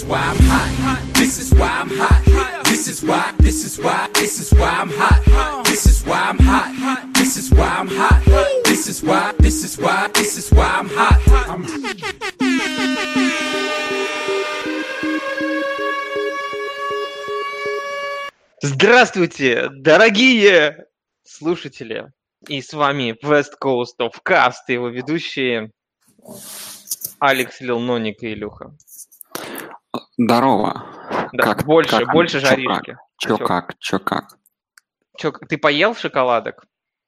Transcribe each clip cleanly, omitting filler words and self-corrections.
why I'm hot. This is why I'm hot. This is why I'm hot. This is why I'm hot. This is why I'm hot. This is why I'm hot. Здравствуйте, дорогие слушатели! И с вами West Coast of Cast и его ведущие Алекс, Лил, Ноник и Илюха. Здорово. Да, больше жаришки. Чё как? Ты поел шоколадок?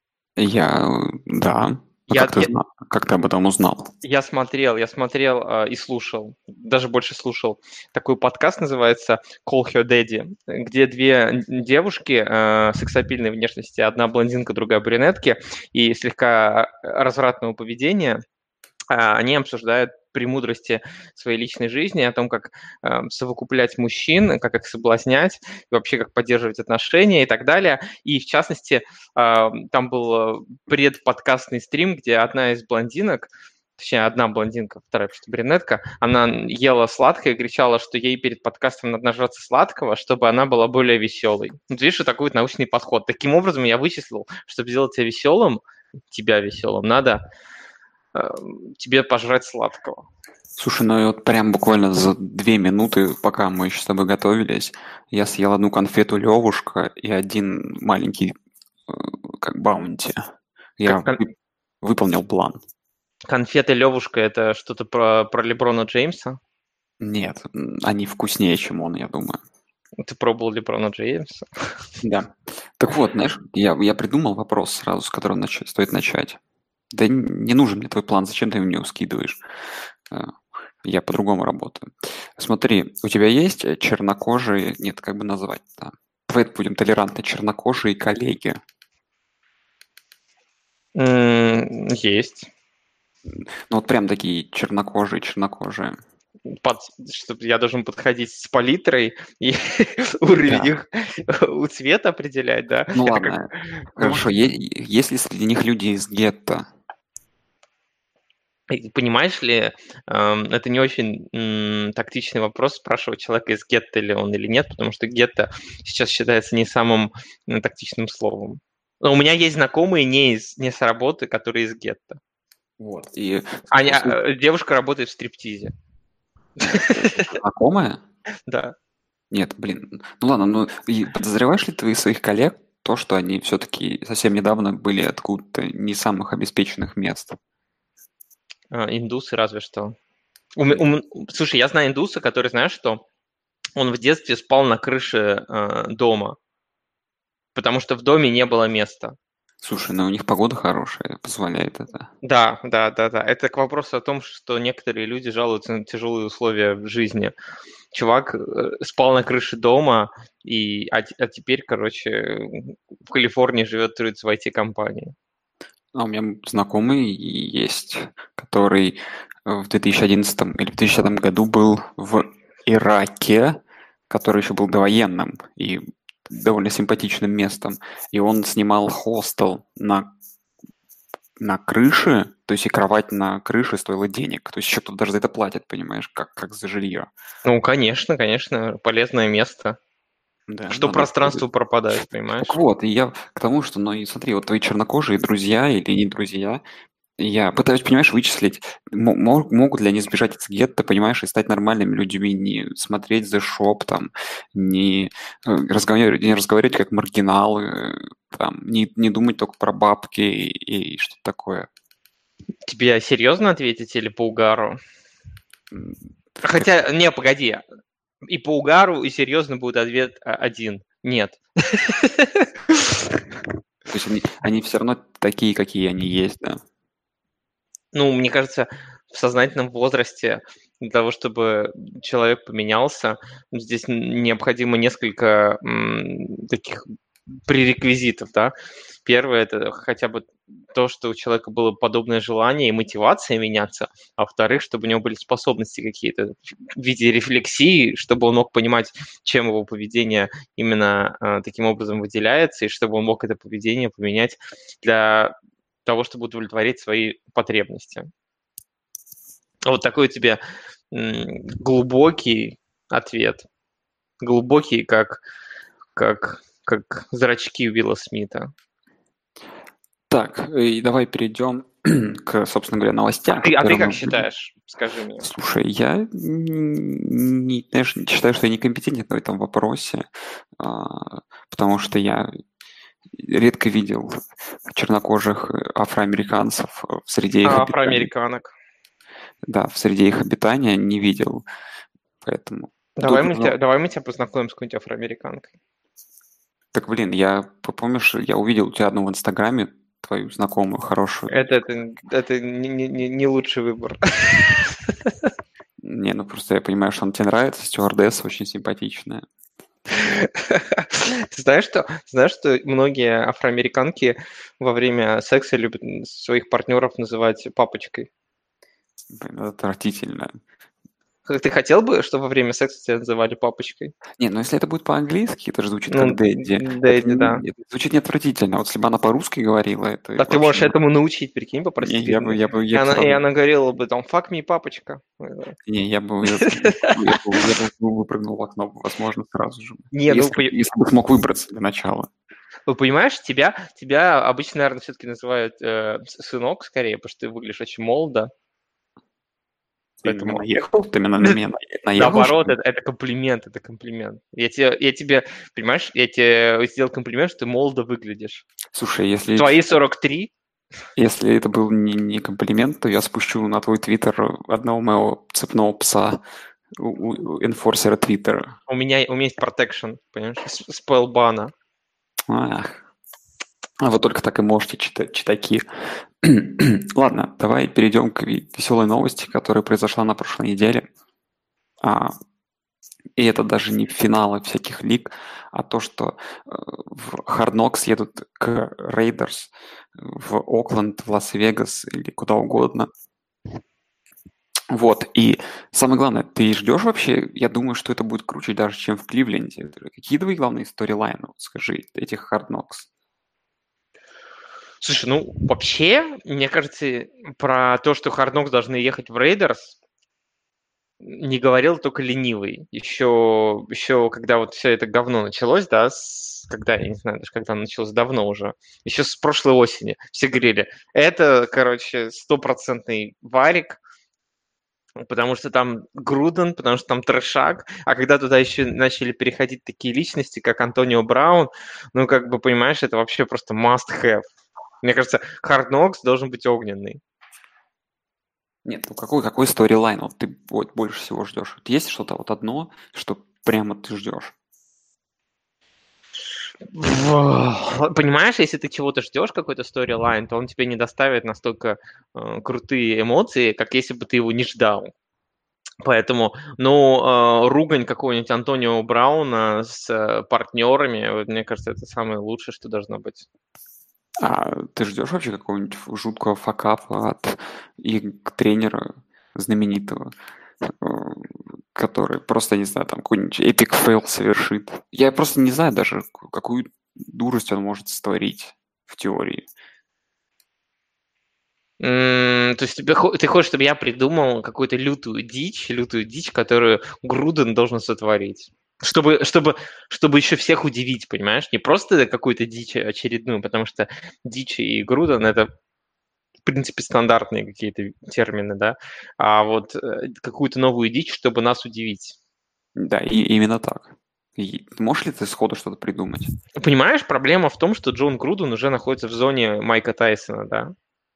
Да. Как ты об этом узнал? Я смотрел и слушал, даже больше слушал. Такой подкаст называется Call Her Daddy, где две девушки сексапильной внешности, одна блондинка, другая брюнетки, и слегка развратного поведения. Они обсуждают премудрости своей личной жизни, о том, как совокуплять мужчин, как их соблазнять, и вообще как поддерживать отношения и так далее. И, в частности, там был предподкастный стрим, где одна из блондинок, точнее, одна блондинка, вторая просто брюнетка, она ела сладкое и кричала, что ей перед подкастом надо нажраться сладкого, чтобы она была более веселой. Вот видишь, вот такой вот научный подход. Таким образом, я вычислил, чтобы сделать тебя веселым, надо тебе пожрать сладкого. Слушай, ну и вот прям буквально за 2 минуты, пока мы еще с тобой готовились, я съел одну конфету Левушка и один маленький как баунти. Я выполнил план. Конфеты Левушка — это что-то про Леброна Джеймса? Нет, они вкуснее, чем он, я думаю. Ты пробовал Леброна Джеймса? Да. Так вот, знаешь, я придумал вопрос сразу, с которого стоит начать. Да не нужен мне твой план, зачем ты мне его скидываешь? Я по-другому работаю. Смотри, у тебя есть чернокожие, нет, как бы назвать, да. Давай будем толерантны, чернокожие коллеги. Есть. Ну вот прям такие чернокожие. Чтобы я должен подходить с палитрой и уровень их у цвета определять, да? Ну ладно, хорошо. Есть ли среди них люди из гетто? Понимаешь ли, это не очень тактичный вопрос спрашивать человека, из гетто ли он или нет, потому что гетто сейчас считается не самым тактичным словом. Но у меня есть знакомые не с работы, которые из гетто. Вот. И девушка работает в стриптизе. Знакомая? Да. Нет, блин. Ну ладно, подозреваешь ли ты своих коллег то, что они все-таки совсем недавно были откуда-то не самых обеспеченных мест? Индусы разве что. Слушай, я знаю индуса, который, знаешь что, он в детстве спал на крыше дома, потому что в доме не было места. Слушай, ну у них погода хорошая, позволяет это. Да. Это к вопросу о том, что некоторые люди жалуются на тяжелые условия в жизни. Чувак спал на крыше дома, а теперь, короче, в Калифорнии живет, трудится в IT-компании. У меня знакомый есть, который в 2011 или 2010 году был в Ираке, который еще был довоенным и довольно симпатичным местом. И он снимал хостел на крыше, то есть и кровать на крыше стоила денег. То есть еще кто-то даже за это платит, понимаешь, как за жилье. Ну, конечно, полезное место. Да, что пространство пропадает, понимаешь? Так вот, и я к тому, что, ну и смотри, вот твои чернокожие друзья или не друзья, я пытаюсь, понимаешь, вычислить, могут ли они сбежать из гетто, понимаешь, и стать нормальными людьми, не смотреть The Shop, там, не разговаривать как маргиналы, там, не думать только про бабки и что-то такое. Тебе серьезно ответить или по угару? Хотя, не, погоди. И по угару, и серьезно будет ответ один. Нет. То есть они все равно такие, какие они есть, да? Ну, мне кажется, в сознательном возрасте для того, чтобы человек поменялся, здесь необходимо несколько таких пререквизитов, да. Первое – это хотя бы то, что у человека было подобное желание и мотивация меняться, а во-вторых, чтобы у него были способности какие-то в виде рефлексии, чтобы он мог понимать, чем его поведение именно таким образом выделяется, и чтобы он мог это поведение поменять для того, чтобы удовлетворить свои потребности. Вот такой у тебя глубокий ответ. Глубокий, как зрачки Уилла Смита. Так, и давай перейдем к, собственно говоря, новостям. А ты которые как мы- считаешь? Скажи мне. Слушай, я знаешь, считаю, что я некомпетентен в этом вопросе, потому что я редко видел чернокожих афроамериканцев в среде их обитания. Афроамериканок. Да, в среде их обитания не видел, поэтому... Давай Тут мы нужно- тебя познакомим с какой-нибудь афроамериканкой. Так, блин, помнишь, я увидел у тебя одну в Инстаграме, твою знакомую, хорошую. Это не лучший выбор. Не, ну просто я понимаю, что он тебе нравится, стюардесса очень симпатичная. Знаешь, что многие афроамериканки во время секса любят своих партнеров называть папочкой? Блин, это отвратительно. Ты хотел бы, чтобы во время секса тебя называли папочкой? Не, ну если это будет по-английски, это же звучит Ну, как дэдди. дэдди, Это да. это звучит не отвратительно. Вот если бы она по-русски говорила, это А ты вообще... можешь этому научить, прикинь, попросить. Не, я бы И сразу- она говорила бы там «fuck me, папочка». Не, я бы выпрыгнул в окно, возможно, сразу же. Не, ну, Если бы смог выбраться для начала. понимаешь, тебя обычно, наверное, все-таки называют сынок скорее, потому что ты выглядишь очень молодо. Ты на меня Поэтому- наехал? Ты на меня наехал? Наоборот, что ли? это комплимент, это комплимент. Я тебе, понимаешь, я тебе сделал комплимент, что ты молодо выглядишь. Слушай, если Твои 43, это был не комплимент, то я спущу на твой твиттер одного моего цепного пса, энфорсера твиттера. у меня есть protection, понимаешь, спелбана. Ах. А вот только так и можете читаки. Ладно, давай перейдем к веселой новости, которая произошла на прошлой неделе. И это даже не финалы всяких лиг, а то, что в Hard Knocks едут к Рейдерс в Окленд, в Лас-Вегас или куда угодно. Вот, и самое главное, ты ждешь вообще, я думаю, что это будет круче даже, чем в Кливленде. Какие твои главные сторилайны, вот скажи, этих Hard Knocks? Слушай, ну вообще, мне кажется, про то, что Hard Knocks должны ехать в Рейдерс, не говорил только ленивый. Еще когда вот все это говно началось, да, когда, я не знаю, даже когда оно началось, давно уже, еще с прошлой осени, все говорили, это, короче, 100% варик, потому что там Груден, потому что там трешак, а когда туда еще начали переходить такие личности, как Антонио Браун, ну, как бы, понимаешь, это вообще просто must-have. Мне кажется, Hard Knocks должен быть огненный. Нет, ну какой сторилайн вот ты больше всего ждешь? Вот есть что-то вот одно, что прямо ты ждешь? Понимаешь, если ты чего-то ждешь, какой-то сторилайн, то он тебе не доставит настолько крутые эмоции, как если бы ты его не ждал. Поэтому, ругань какого-нибудь Антонио Брауна с партнерами, вот, мне кажется, это самое лучшее, что должно быть. А ты ждешь вообще какого-нибудь жуткого факапа от их тренера знаменитого, который просто, не знаю, там какой-нибудь эпик фейл совершит? Я просто не знаю даже, какую дурость он может сотворить в теории. То есть ты хочешь, чтобы я придумал какую-то лютую дичь, которую Груден должен сотворить? Чтобы еще всех удивить, понимаешь? Не просто какую-то дичь очередную, потому что дичь и Груден — это, в принципе, стандартные какие-то термины, да? А вот какую-то новую дичь, чтобы нас удивить. Да, и именно так. И можешь ли ты сходу что-то придумать? Понимаешь, проблема в том, что Джон Груден уже находится в зоне Майка Тайсона, да?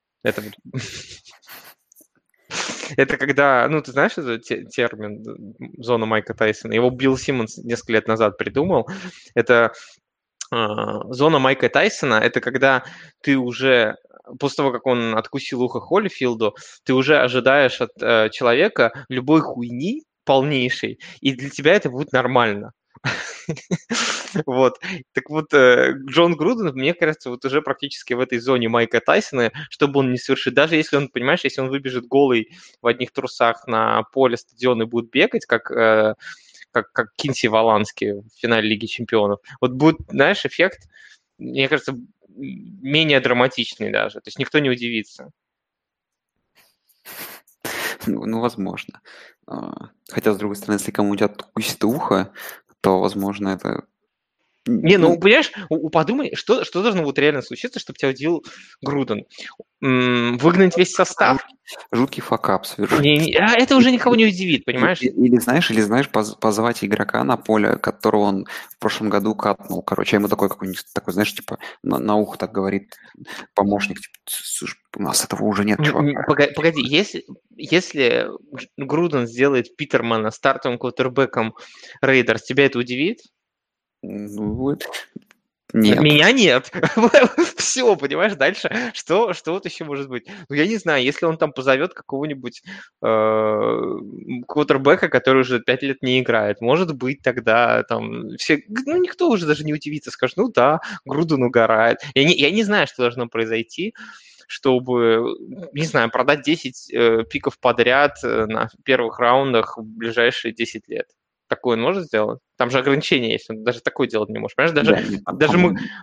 Это когда, ты знаешь этот термин «зона Майка Тайсона»? Его Билл Симмонс несколько лет назад придумал. Это зона Майка Тайсона, это когда ты уже, после того, как он откусил ухо Холлифилду, ты уже ожидаешь от человека любой хуйни полнейшей, и для тебя это будет нормально. Вот. Так вот, Джон Груден, мне кажется, вот уже практически в этой зоне Майка Тайсона, чтобы он не совершит, даже если он, понимаешь, если он выбежит голый в одних трусах на поле стадиона и будет бегать, как Кинси Волански в финале Лиги Чемпионов, вот будет, знаешь, эффект, мне кажется, менее драматичный даже, то есть никто не удивится. Ну, возможно. Хотя, с другой стороны, если кому-нибудь откусит ухо, то, возможно, это... Не, ну, понимаешь, подумай, что должно вот реально случиться, чтобы тебя удивил Груден? Выгнать весь состав? Жуткий факап совершить. Это уже никого не удивит, понимаешь? Или знаешь, позвать игрока на поле, которого он в прошлом году катнул. Короче, ему такой какой-нибудь, такой, знаешь, типа, на ухо так говорит помощник, типа, слушай, у нас этого уже нет, чувак. Погоди, если Груден сделает Питермана стартовым квотербеком Рейдерс, тебя это удивит? Ну, нет. Меня нет. Все, понимаешь, дальше что вот еще может быть? Ну, я не знаю, если он там позовет какого-нибудь квотербека, который уже 5 лет не играет, может быть, тогда там все, ну, никто уже даже не удивится, скажет, ну да, Груден угорает. Я не знаю, что должно произойти, чтобы, не знаю, продать 10 пиков подряд на первых раундах в ближайшие 10 лет. Такое он может сделать? Там же ограничения есть, он даже такое делать не может. Понимаешь, даже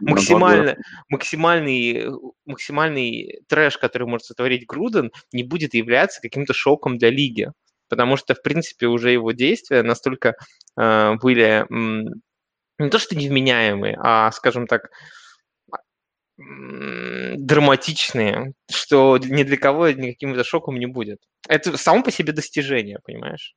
максимальный трэш, который может сотворить Груден, не будет являться каким-то шоком для лиги. Потому что, в принципе, уже его действия настолько были не то что невменяемые, а, скажем так, драматичные, что ни для кого никаким это шоком не будет. Это само по себе достижение, понимаешь?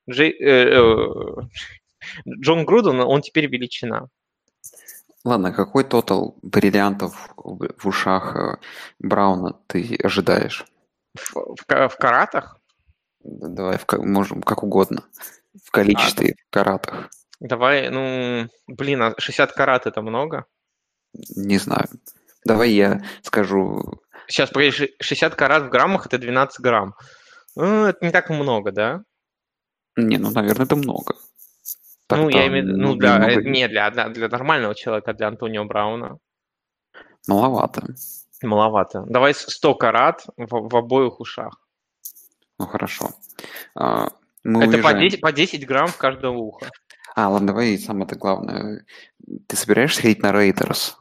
Джон Груден, он теперь величина. Ладно, какой тотал бриллиантов в ушах Брауна ты ожидаешь? В каратах? Давай, можем как угодно. В количестве, в каратах. Давай, 60 карат это много? Не знаю. Давай я скажу... Сейчас, погоди, 60 карат в граммах это 12 грамм. Это не так много, да? Не, наверное, это много. Я имею в виду, для нормального человека, для Антонио Брауна. Маловато. Давай 100 карат в обоих ушах. Ну, хорошо. Это по 10 грамм в каждое ухо. Ладно, давай самое-то главное. Ты собираешься ходить на Рейдерс?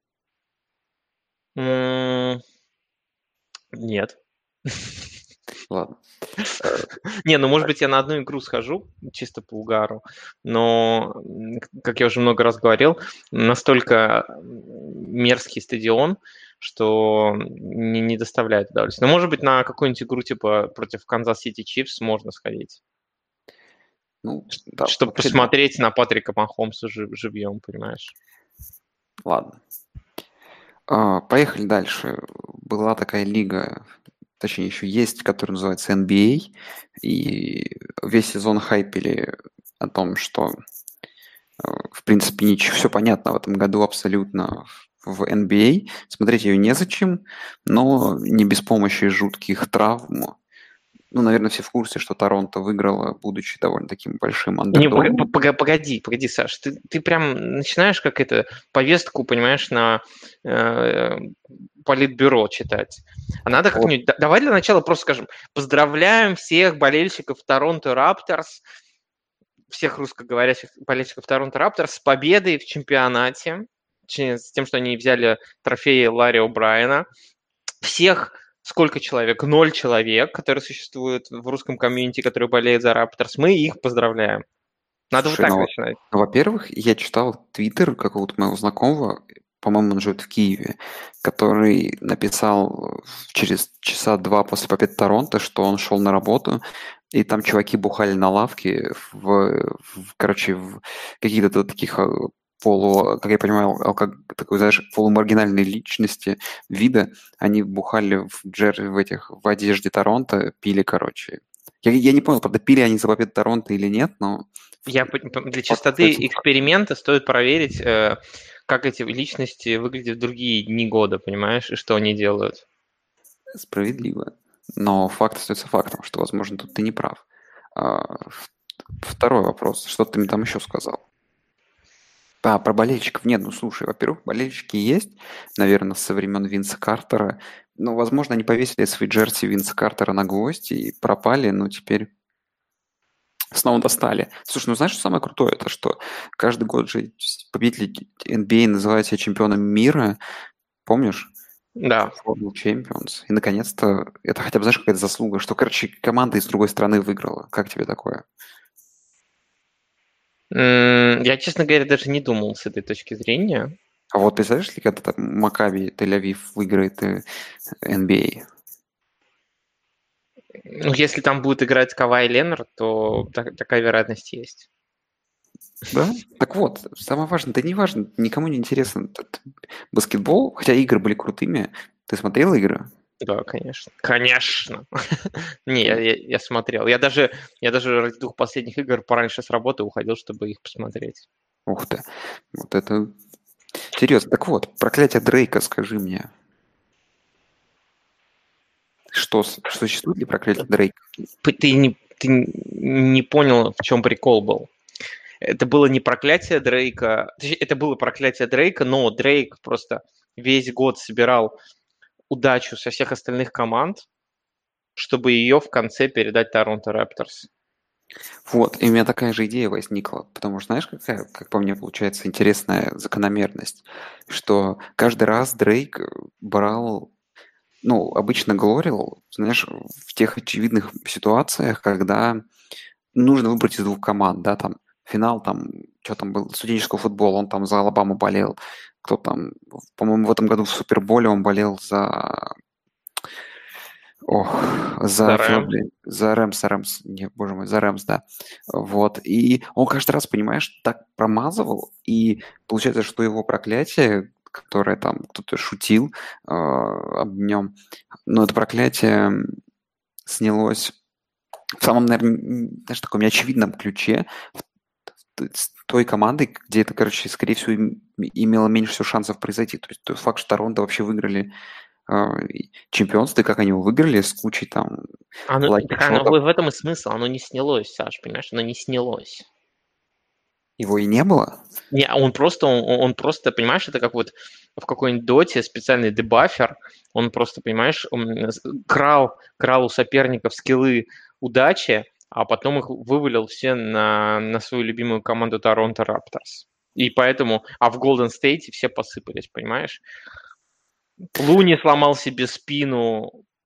Нет. Ладно. Может быть, я на одну игру схожу, чисто по угару, но, как я уже много раз говорил, настолько мерзкий стадион, что не доставляет удовольствия. Но, может быть, на какую-нибудь игру типа против Канзас-Сити Чифс можно сходить. Да, чтобы посмотреть на Патрика Махомса живьем, понимаешь? Ладно. Поехали дальше. Была такая лига, точнее, еще есть, которая называется NBA, и весь сезон хайпели о том, что, в принципе, ничего, все понятно в этом году абсолютно в NBA. Смотреть ее незачем, но не без помощи жутких травм. Наверное, все в курсе, что Торонто выиграла, будучи довольно таким большим андердогом. Погоди, Саш, ты прям начинаешь как повестку, понимаешь, на политбюро читать. А надо как-нибудь... Давай для начала просто скажем, поздравляем всех болельщиков Торонто Рапторс, всех русскоговорящих болельщиков Торонто Рапторс с победой в чемпионате, с тем, что они взяли трофеи Ларри О'Брайена. Всех... Сколько человек? 0 человек, которые существуют в русском комьюнити, которые болеют за Рапторс. Мы их поздравляем. Надо вот так начинать. Во-первых, я читал твиттер какого-то моего знакомого, по-моему, он живет в Киеве, который написал через часа 2 после победы Торонто, что он шел на работу, и там чуваки бухали на лавке в каких-то таких как я понимаю, такой, знаешь, полумаргинальной личности вида, они бухали в одежде Торонто, пили, короче. Я не понял, правда, пили они за победу Торонто или нет, но... Для чистоты эксперимента стоит проверить, как эти личности выглядят в другие дни года, понимаешь, и что они делают. Справедливо. Но факт остается фактом, что, возможно, тут ты не прав. Второй вопрос. Что ты мне там еще сказал? Про болельщиков нет. Слушай, во-первых, болельщики есть, наверное, со времен Винса Картера. Возможно, они повесили свои джерси Винса Картера на гвоздь и пропали, но теперь снова достали. Слушай, знаешь, что самое крутое? Это что каждый год же победители NBA называют себя чемпионом мира. Помнишь? Да. World Champions. И наконец-то это хотя бы, знаешь, какая-то заслуга, что, короче, команда из другой страны выиграла. Как тебе такое? Я, честно говоря, даже не думал с этой точки зрения. А вот представляешь, если когда там Макаби Тель-Авив выиграет NBA? Ну, если там будет играть Кавай Ленар, то такая вероятность есть. Да? Так вот, самое важное, да не важно, никому не интересен этот баскетбол, хотя игры были крутыми. Ты смотрел игры? Да, конечно. Конечно. Не, я смотрел. Я даже ради 2 последних игр пораньше с работы уходил, чтобы их посмотреть. Ух ты, вот это серьезно. Так вот, проклятие Дрейка, скажи мне. Что существует ли проклятие Дрейка? Ты не понял, в чем прикол был. Это было не проклятие Дрейка, точнее, это было проклятие Дрейка, но Дрейк просто весь год собирал удачу со всех остальных команд, чтобы ее в конце передать Торонто Рапторс. Вот, и у меня такая же идея возникла, потому что, знаешь, какая, как по мне, получается интересная закономерность, что каждый раз Дрейк брал, ну, обычно глорил, знаешь, в тех очевидных ситуациях, когда нужно выбрать из двух команд, да, там, финал, там, что там был, студенческого футбола, он там за Алабаму болел, кто там, по-моему, в этом году в Суперболе он болел за... Ох, За Рэмс. За Рэмс, не, боже мой, за Рэмс, да. Вот, и он каждый раз, понимаешь, так промазывал, и получается, что его проклятие, которое там кто-то шутил об нем, но это проклятие снялось в самом, наверное, знаешь, таком неочевидном ключе с той командой, где это, короче, скорее всего, имело меньше всего шансов произойти. То есть тот факт, что Торонто вообще выиграли чемпионство, и как они его выиграли с кучей там В этом и смысл, оно не снялось, Саш, понимаешь, оно не снялось. Его и не было? Не, он просто, понимаешь, это как вот в какой-нибудь доте специальный дебафер, он просто, понимаешь, крал у соперников скиллы удачи, а потом их вывалил все на свою любимую команду Торонто Рапторс. И поэтому, в Голден Стейте все посыпались, понимаешь? Луни сломал себе спину,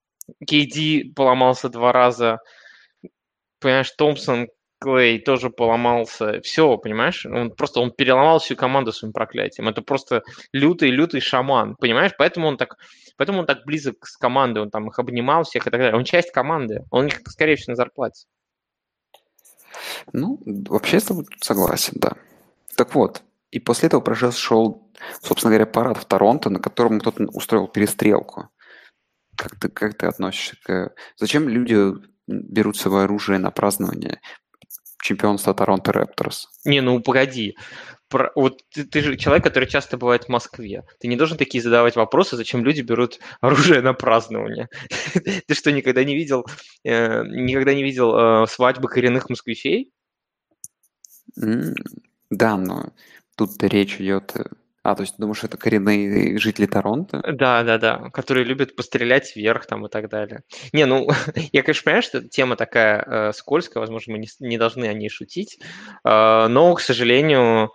KD поломался 2 раза, понимаешь, Томпсон, Клей тоже поломался. Все, понимаешь? Он переломал всю команду своим проклятием. Это просто лютый шаман, понимаешь? Поэтому он так близок с командой, он там их обнимал всех и так далее. Он часть команды, он у них, скорее всего, на зарплате. Ну, вообще с тобой согласен, да. Так вот, и после этого произошел, собственно говоря, парад в Торонто, на котором кто-то устроил перестрелку. Как ты относишься к... Зачем люди берут с собой оружие на празднование чемпионства Торонто Рапторс? Не, ну погоди. Вот ты же человек, который часто бывает в Москве. Ты не должен такие задавать вопросы, зачем люди берут оружие на празднование. Ты что, никогда не видел свадьбы коренных москвичей? Да, но тут речь идет... то есть думаешь, это коренные жители Торонто? Да, которые любят пострелять вверх там и так далее. Не, ну, я, конечно, понимаю, что эта тема такая скользкая, возможно, мы не должны о ней шутить, но, к сожалению,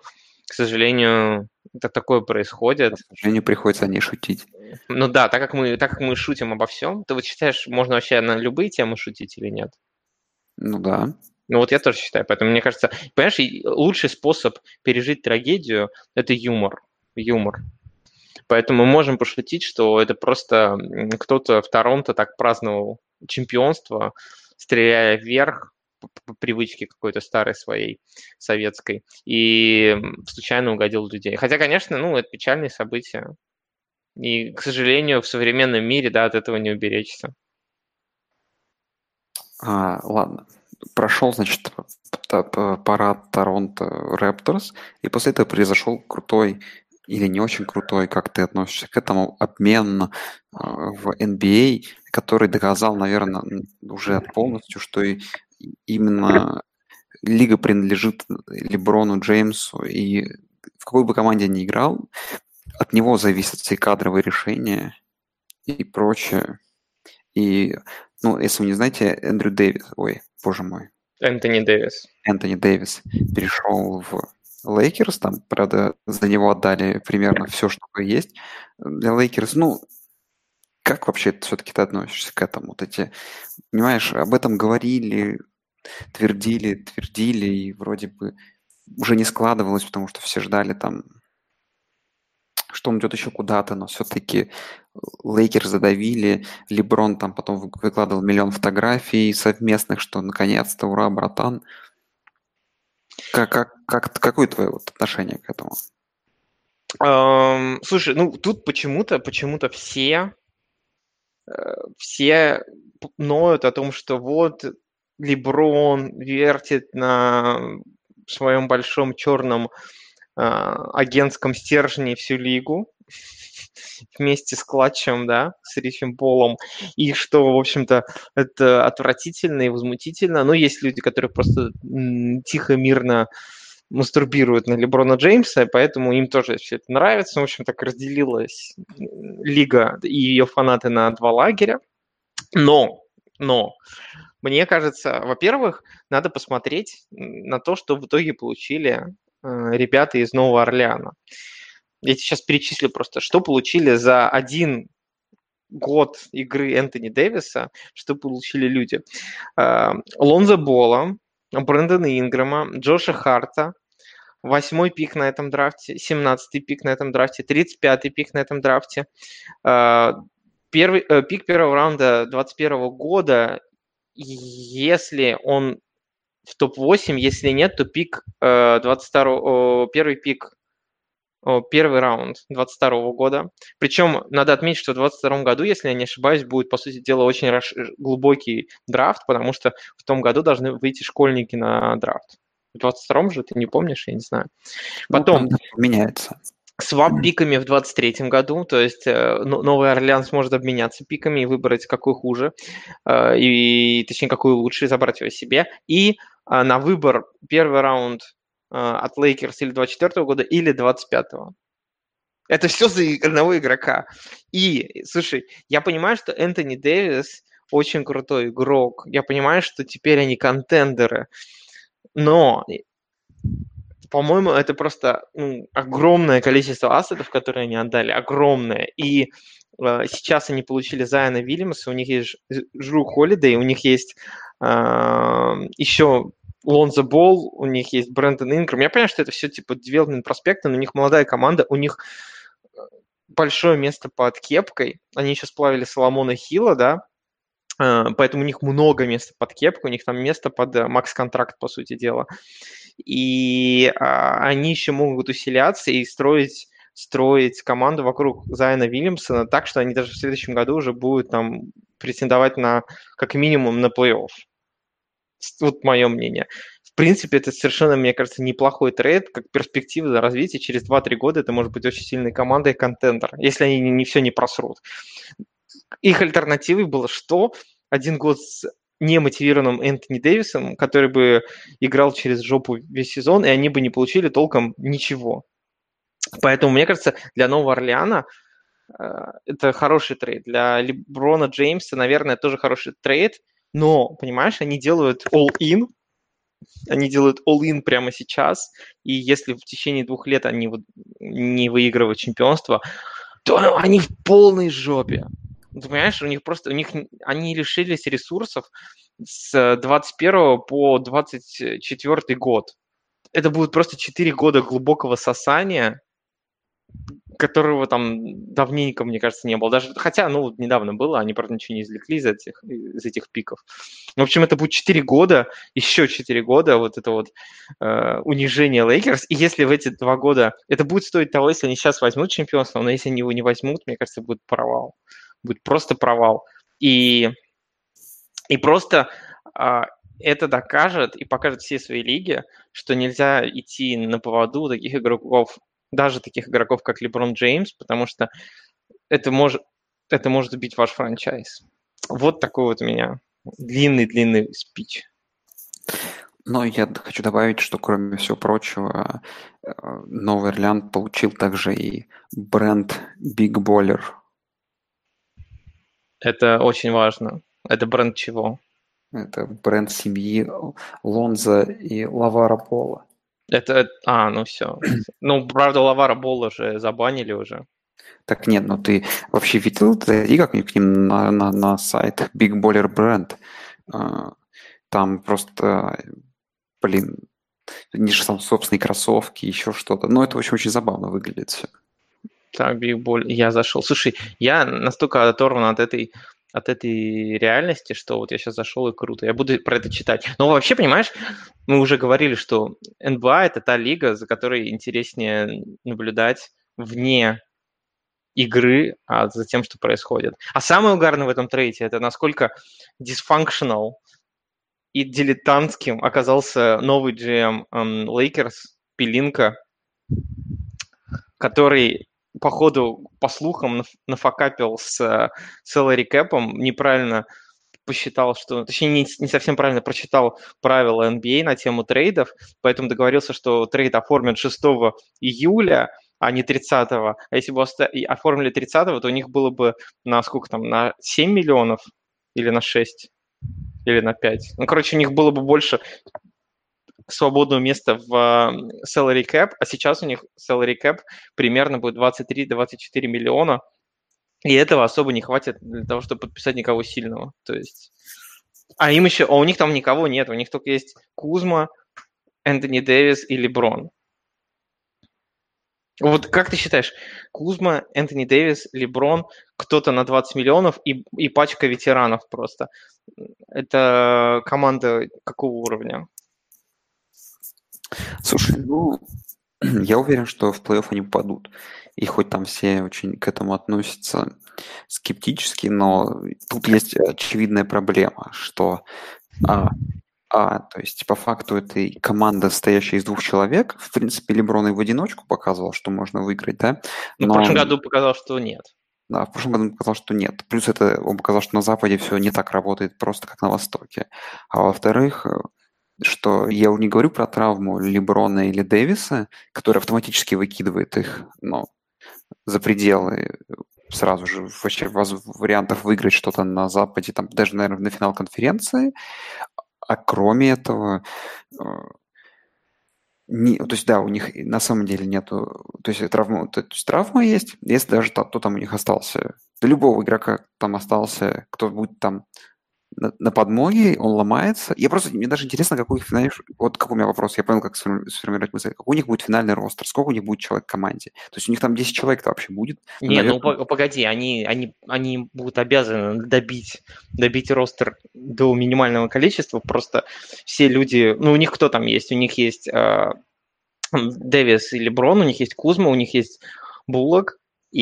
такое происходит. К сожалению, приходится о ней шутить. Ну да, так как мы шутим обо всем, ты вот считаешь, можно вообще на любые темы шутить или нет? Ну да. Ну вот я тоже считаю, поэтому мне кажется, понимаешь, лучший способ пережить трагедию – это юмор. Поэтому мы можем пошутить, что это просто кто-то в Торонто так праздновал чемпионство, стреляя вверх по привычке какой-то старой своей советской, и случайно угодил людей. Хотя, конечно, это печальные события. И, к сожалению, в современном мире, да, от этого не уберечься. Ладно. Прошел, значит, парад Торонто Рапторс, и после этого произошел крутой или не очень крутой, как ты относишься к этому, обмен в NBA, который доказал, наверное, уже полностью, что именно лига принадлежит Леброну Джеймсу, и в какой бы команде ни играл, от него зависят все кадровые решения и прочее. И, если вы не знаете, Энтони Дэвис перешел в Лейкерс, там, правда, за него отдали примерно все, что есть для Лейкерс. Как вообще все-таки ты относишься к этому? Вот эти, понимаешь, об этом говорили, твердили, и вроде бы уже не складывалось, потому что все ждали там, что он идет еще куда-то, но все-таки Лейкерс задавили, Леброн там потом выкладывал миллион фотографий совместных, что наконец-то, ура, братан. Какое твое вот отношение к этому? Слушай, ну тут почему-то все ноют о том, что вот Леброн вертит на своем большом черном агентском стержне всю лигу вместе с Клатчем, да, с Ричем Полом, и что, в общем-то, это отвратительно и возмутительно. Но есть люди, которые просто тихо, мирно мастурбируют на Леброна Джеймса, поэтому им тоже все это нравится. В общем, так разделилась лига и ее фанаты на два лагеря. Но, мне кажется, во-первых, надо посмотреть на то, что в итоге получили ребята из Нового Орлеана. Я тебе сейчас перечислю просто, что получили за 1 год игры Энтони Дэвиса, что получили люди. Лонзо Болла, Брэндона Ингрэма, Джоша Харта, 8-й пик на этом драфте, 17-й пик на этом драфте, 35-й пик на этом драфте, пик первого раунда 2021 года, если он в топ-8, если нет, то пик 22, первый пик, первый раунд 22 года. Причем надо отметить, что в 22 году, если я не ошибаюсь, будет, по сути дела, очень глубокий драфт, потому что в том году должны выйти школьники на драфт. В 22-м же, ты не помнишь, я не знаю. Потом меняется. Свап пиками в 23-м году, то есть Новый Орлеан сможет обменяться пиками и выбрать, какой хуже, и точнее, какой лучше, и забрать его себе. И на выбор первый раунд от Лейкерс или 24-го года, или 25-го. Это все за одного игрока. И, слушай, я понимаю, что Энтони Дэвис очень крутой игрок. Я понимаю, что теперь они контендеры. Но, по-моему, это просто огромное количество ассетов, которые они отдали. Огромное. И сейчас они получили Зайона Вильямса, у них есть Жру Холидей, у них есть еще Лонзо Болл, у них есть Брэндон Ингрэм. Я понимаю, что это все типа девелопмент проспекта, но у них молодая команда, у них большое место под кепкой. Они еще сплавили Соломона Хилла, да, поэтому у них много места под кепку, у них там место под макс-контракт, по сути дела. И они еще могут усиляться и строить команду вокруг Зайона Вильямсона так, что они даже в следующем году уже будут там претендовать на, как минимум, на плей-офф. Вот мое мнение. В принципе, это совершенно, мне кажется, неплохой трейд, как перспектива за развитие. Через 2-3 года это может быть очень сильной командой контендер, если они не все не просрут. Их альтернативой было что? 1 год с немотивированным Энтони Дэвисом, который бы играл через жопу весь сезон, и они бы не получили толком ничего. Поэтому, мне кажется, для Нового Орлеана это хороший трейд. Для Леброна Джеймса, наверное, тоже хороший трейд, но, понимаешь, они делают all-in, прямо сейчас, и если в течение 2 лет они не выигрывают чемпионство, то они в полной жопе. Ты понимаешь, они лишились ресурсов с 21 по 24 год. Это будет просто 4 года глубокого сосания, которого там давненько, мне кажется, не было. Даже, хотя, недавно было, они, правда, ничего не извлекли из этих пиков. В общем, это будет 4 года, еще 4 года вот это вот унижение Лейкерс. И если в эти 2 года... Это будет стоить того, если они сейчас возьмут чемпионство, но если они его не возьмут, мне кажется, будет провал. Будет просто провал. И просто это докажет и покажет всей своей лиге, что нельзя идти на поводу таких игроков, даже таких игроков, как Леброн Джеймс, потому что это может убить ваш франчайз. Вот такой вот у меня длинный спич. Но я хочу добавить, что, кроме всего прочего, Новый Орлеан получил также и бренд Big Baller. Это очень важно. Это бренд чего? Это бренд семьи Лонзо и Лавара Пола. Это... все. Правда, Лавара Болла же забанили уже. Так нет, ну ты вообще видел, зайди как-нибудь к ним на сайт Big Baller Brand. А, Там просто, блин, они же там собственные кроссовки, еще что-то. Ну, это очень-очень забавно выглядит все. Так, Big Ball, я зашел. Слушай, я настолько оторван от этой реальности, что вот я сейчас зашел и круто. Я буду про это читать. Но вообще, понимаешь, мы уже говорили, что НБА – это та лига, за которой интереснее наблюдать вне игры, а за тем, что происходит. А самое угарное в этом трейде – это насколько dysfunctional и дилетантским оказался новый GM Lakers Пелинка, который, походу, по слухам, нафакапил с salary cap'ом, неправильно посчитал, что... Точнее, не совсем правильно прочитал правила NBA на тему трейдов, поэтому договорился, что трейд оформят 6 июля, а не 30-го. А если бы оформили 30-го, то у них было бы на сколько там, на 7 миллионов или на 6, или на 5. Ну, короче, у них было бы больше свободного места в salary cap, а сейчас у них salary cap примерно будет 23-24 миллиона, и этого особо не хватит для того, чтобы подписать никого сильного. То есть... А у них там никого нет, у них только есть Кузма, Энтони Дэвис и Леброн. Вот как ты считаешь, Кузма, Энтони Дэвис, Леброн, кто-то на 20 миллионов и пачка ветеранов просто. Это команда какого уровня? Слушай, ну, я уверен, что в плей-офф они попадут. И хоть там все очень к этому относятся скептически, но тут есть очевидная проблема, что то есть по факту это и команда, состоящая из 2 человек. В принципе, Леброн и в одиночку показывал, что можно выиграть, да? Но в прошлом году показал, что нет. Да, в прошлом году он показал, что нет. Плюс он показал, что на Западе все не так работает просто, как на Востоке. А во-вторых, что я не говорю про травму Леброна или Дэвиса, который автоматически выкидывает их, за пределы сразу же вообще вариантов выиграть что-то на Западе, там даже, наверное, на финал конференции. А кроме этого, то есть, да, у них на самом деле нету, то есть травма есть, если даже кто там у них остался, до любого игрока там остался, кто будет там на подмоге, он ломается. Мне даже интересно, какой знаешь, вот какой у меня вопрос, я понял, как сформировать мысль. Какой у них будет финальный ростер, сколько у них будет человек в команде? То есть у них там 10 человек-то вообще будет? Не, ну погоди, они будут обязаны добить ростер до минимального количества, просто все люди, ну у них кто там есть? У них есть Дэвис и Леброн, у них есть Кузма, у них есть Буллок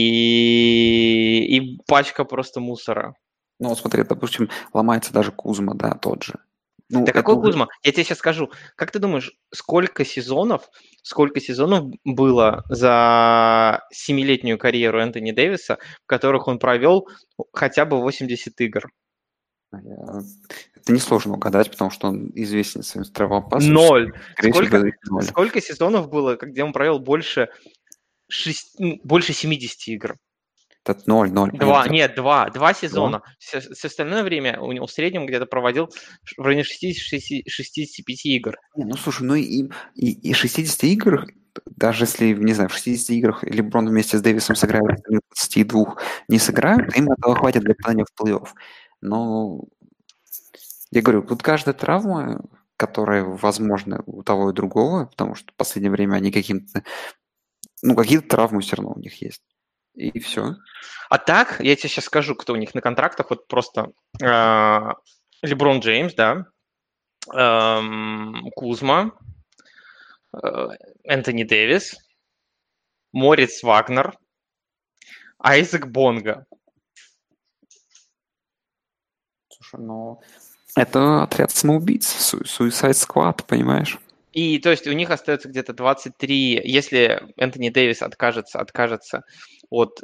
и пачка просто мусора. Ну, смотри, допустим, ломается даже Кузма, да, тот же. Ну, да какой Кузма? Я тебе сейчас скажу. Как ты думаешь, сколько сезонов было за 7-летнюю карьеру Энтони Дэвиса, в которых он провел хотя бы 80 игр? Это несложно угадать, потому что он известен своим травмопасом. 0. Сколько сезонов было, где он провел больше 70 игр? Это 0. Два сезона. Все остальное время у него в среднем где-то проводил в районе 65 игр. Ну, слушай, и 60 игр, даже если, не знаю, в 60 играх Леброн вместе с Дэвисом сыграют, в 22 не сыграют, им этого хватит для попадания в плей-офф. Но я говорю, тут каждая травма, которая возможна у того и другого, потому что в последнее время они какие-то травмы все равно у них есть. И все. А так, я тебе сейчас скажу, кто у них на контрактах. Вот просто Леброн Джеймс, да, Кузма, Энтони Дэвис, Мориц Вагнер, Айзек Бонга. Слушай, это отряд самоубийц, Suicide Squad, понимаешь? И то есть у них остается где-то 23, если Энтони Дэвис откажется от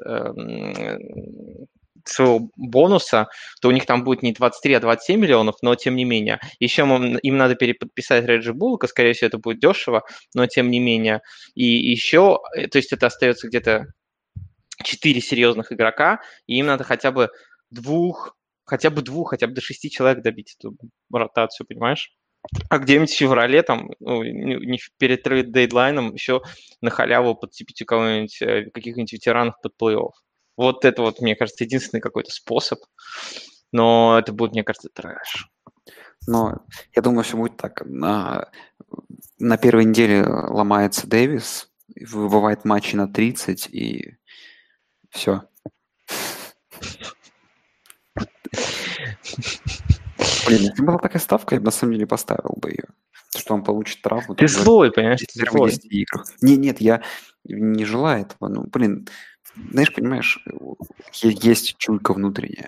своего бонуса, то у них там будет не 23, а 27 миллионов, но тем не менее. Еще им надо переподписать Реджи Буллока, скорее всего, это будет дешево, но тем не менее. И еще, то есть это остается где-то 4 серьезных игрока, и им надо хотя бы до 6 человек добить эту ротацию, понимаешь? А где-нибудь в феврале, там, ну, не перед трейд-дедлайном, еще на халяву подцепите кого-нибудь, каких-нибудь ветеранов под плей-офф. Вот это вот, мне кажется, единственный какой-то способ. Но это будет, мне кажется, трэш. Но я думаю, все будет так. На первой неделе ломается Дэвис, выбывает матчи на 30, и все. Блин, если была такая ставка, я бы на самом деле поставил бы ее. Что он получит травму. Ты там, злой, понимаешь, ты первых злой. 10 играх. Нет, я не желаю этого. Ну, блин, знаешь, понимаешь, есть чуйка внутренняя.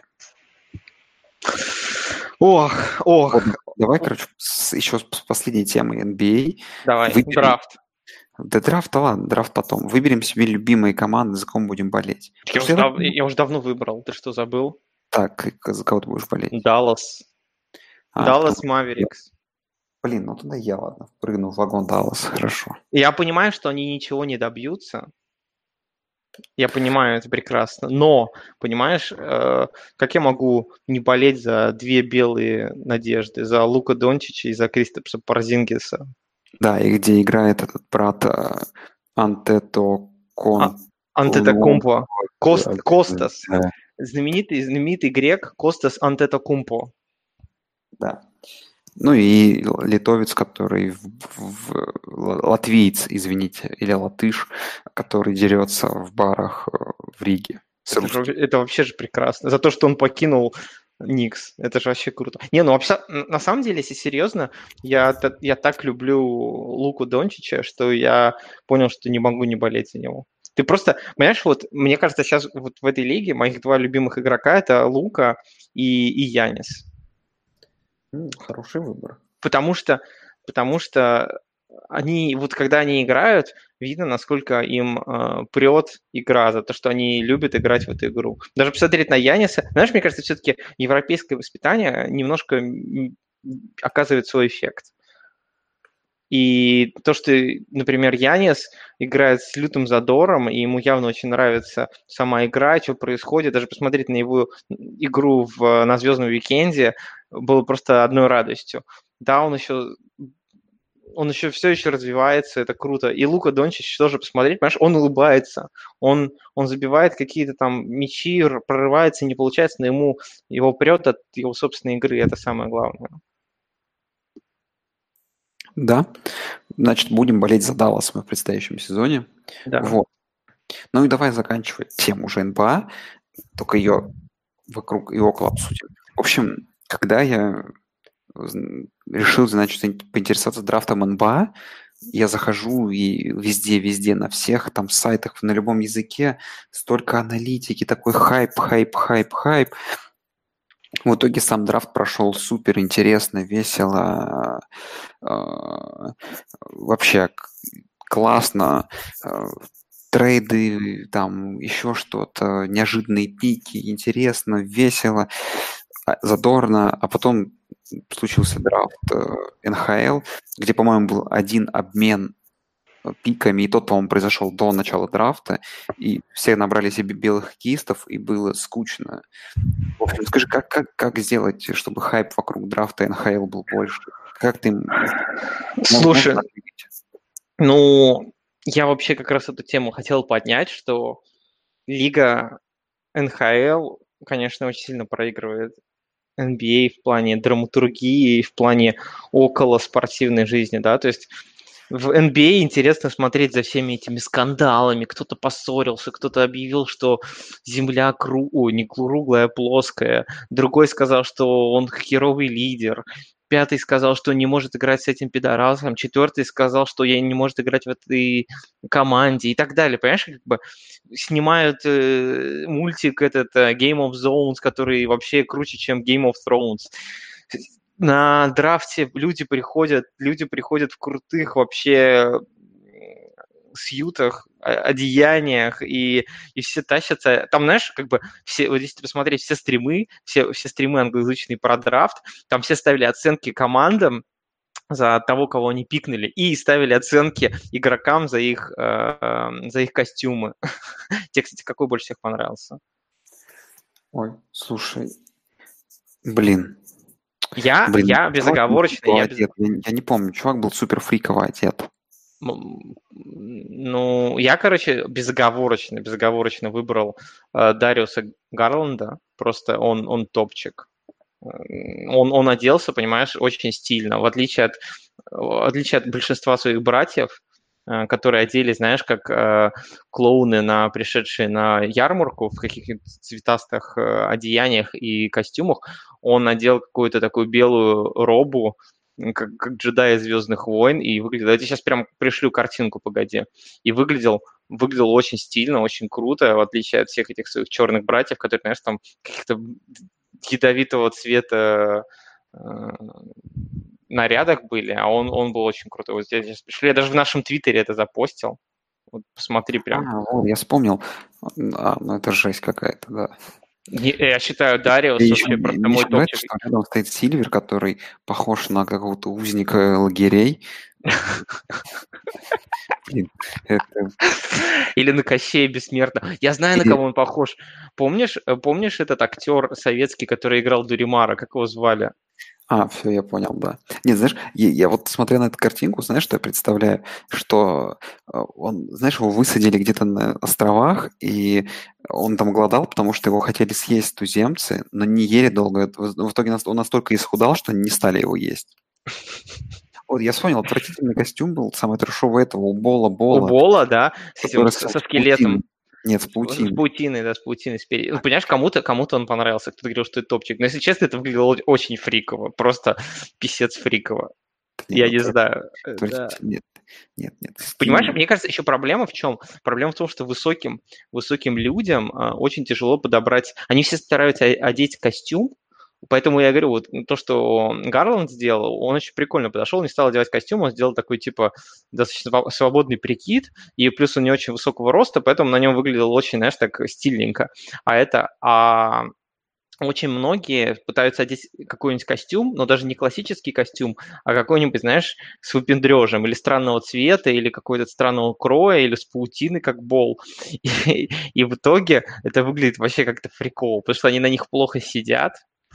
Ох. Вот, давай, короче, еще с последней темы NBA. Давай, Выберем. драфт. Да драфт-то ладно, драфт потом. Выберем себе любимые команды, за кого будем болеть. Я уже давно выбрал. Ты что, забыл? Так, за кого ты будешь болеть? Даллас. Даллас Маверикс. Блин, ну тогда я, ладно, прыгну в вагон Даллас, хорошо. Я понимаю, что они ничего не добьются. Я понимаю это прекрасно. Но, понимаешь, как я могу не болеть за две белые надежды? За Лука Дончича и за Кристопса Порзингиса. Да, и где играет этот брат Антетокумпо. Костас. Да. Знаменитый грек Костас Антетокумпо. Да. Ну и литовец, который латвиец, извините, или латыш, который дерется в барах в Риге. Это вообще же прекрасно. За то, что он покинул Никс. Это же вообще круто. Не, ну вообще, на самом деле, если серьезно, я так люблю Луку Дончича, что я понял, что не могу не болеть за него. Ты просто, понимаешь, вот мне кажется, сейчас вот в этой лиге моих два любимых игрока – это Лука и Янис. Хороший выбор. Потому что они, вот когда они играют, видно, насколько им прет игра за то, что они любят играть в эту игру. Даже посмотреть на Яниса. Знаешь, мне кажется, все-таки европейское воспитание немножко оказывает свой эффект. И то, что, например, Янис играет с лютым задором, и ему явно очень нравится сама игра, что происходит. Даже посмотреть на его игру на «Звездном уикенде» было просто одной радостью. Да, он еще все еще развивается, это круто. И Лука Дончич тоже посмотреть, понимаешь, он улыбается, он забивает какие-то там мячи, прорывается, не получается, но его прет от его собственной игры, это самое главное. Да, значит, будем болеть за Далласом в предстоящем сезоне. Да. Вот. Ну и давай заканчивать тему уже НБА, только ее вокруг и около обсудим. В общем, когда я решил, значит, поинтересоваться драфтом НБА, я захожу и везде, на всех там сайтах, на любом языке столько аналитики, такой хайп. В итоге сам драфт прошел супер интересно, весело, вообще классно, трейды, там еще что-то, неожиданные пики, интересно, весело, задорно, а потом случился драфт НХЛ, где, по-моему, был один обмен пиками, и тот, по-моему, произошел до начала драфта, и все набрали себе белых хоккеистов, и было скучно. В общем, скажи, как сделать, чтобы хайп вокруг драфта НХЛ был больше? Как ты... Слушай, ну, я вообще как раз эту тему хотел поднять, что лига НХЛ, конечно, очень сильно проигрывает NBA в плане драматургии, в плане около спортивной жизни, да, то есть в NBA интересно смотреть за всеми этими скандалами. Кто-то поссорился, кто-то объявил, что Земля не круглая, а плоская. Другой сказал, что он херовый лидер. Пятый сказал, что не может играть с этим пидорасом. Четвертый сказал, что я не может играть в этой команде и так далее. Понимаешь, как бы снимают мультик этот Game of Zones, который вообще круче, чем Game of Thrones. На драфте люди приходят в крутых вообще сьютах, одеяниях, и все тащатся. Там, знаешь, как бы все, вот если посмотреть все стримы англоязычные про драфт, там все ставили оценки командам за того, кого они пикнули, и ставили оценки игрокам за их костюмы. Тебе, кстати, какой больше всех понравился? Ой, слушай, блин. Я Блин, чувак был безоговорочно, фриково одет. Я не помню, чувак был супер фриково одет. Ну, я, короче, безоговорочно выбрал Дариуса Гарланда. Просто он топчик. Он оделся, понимаешь, очень стильно. В отличие от большинства своих братьев, которые оделись, знаешь, как клоуны, пришедшие на ярмарку в каких-то цветастых одеяниях и костюмах, он надел какую-то такую белую робу, как джедай из «Звездных войн», и выглядел... Я тебе сейчас прям пришлю картинку, погоди. И выглядел очень стильно, очень круто, в отличие от всех этих своих черных братьев, которые, знаешь, там каких-то ядовитого цвета нарядах были, а он был очень крутой. Вот я сейчас пришлю, я даже в нашем твиттере это запостил. Вот посмотри прям. Вот, я вспомнил. Ну это жесть какая-то, да. Я считаю, Дариус Мне вообще просто мне мой еще нравится, топчик. что рядом стоит Сильвер, который похож на какого-то узника лагерей. Блин, это... Или на Кощея Бессмертного. Я знаю, на Или... кого он похож. Помнишь этот актер советский, который играл Дуримара? Как его звали? все, я понял, да. Нет, знаешь, я вот смотря на эту картинку, знаешь, что я представляю? Что он, знаешь, его высадили где-то на островах, и он там голодал, потому что его хотели съесть туземцы, но не ели долго. В итоге он настолько исхудал, что они не стали его есть. Вот я вспомнил, отвратительный костюм был, самый трешовый этого, у У Бола, Бола, да, который со скелетом. Нет, с С паутиной. паутиной, да, с паутиной спереди. Ну, понимаешь, кому-то он понравился, кто-то говорил, что это топчик. Но, если честно, это выглядело очень фриково. Просто писец фриково. Нет, Я не знаю. Да. отвратительно. Нет. Понимаешь, мне кажется, еще проблема в чем? Проблема в том, что высоким людям очень тяжело подобрать. Они все стараются одеть костюм, поэтому я говорю, вот то, что Гарланд сделал, он очень прикольно подошел, не стал одевать костюм, он сделал такой, типа, достаточно свободный прикид, и плюс он не очень высокого роста, поэтому на нем выглядел очень, знаешь, так стильненько. Очень многие пытаются одеть какой-нибудь костюм, но даже не классический костюм, а какой-нибудь, знаешь, с выпендрежем, или странного цвета, или какой-то странного кроя, или с паутины, как бол. И в итоге это выглядит вообще как-то фриково, потому что они на них плохо сидят.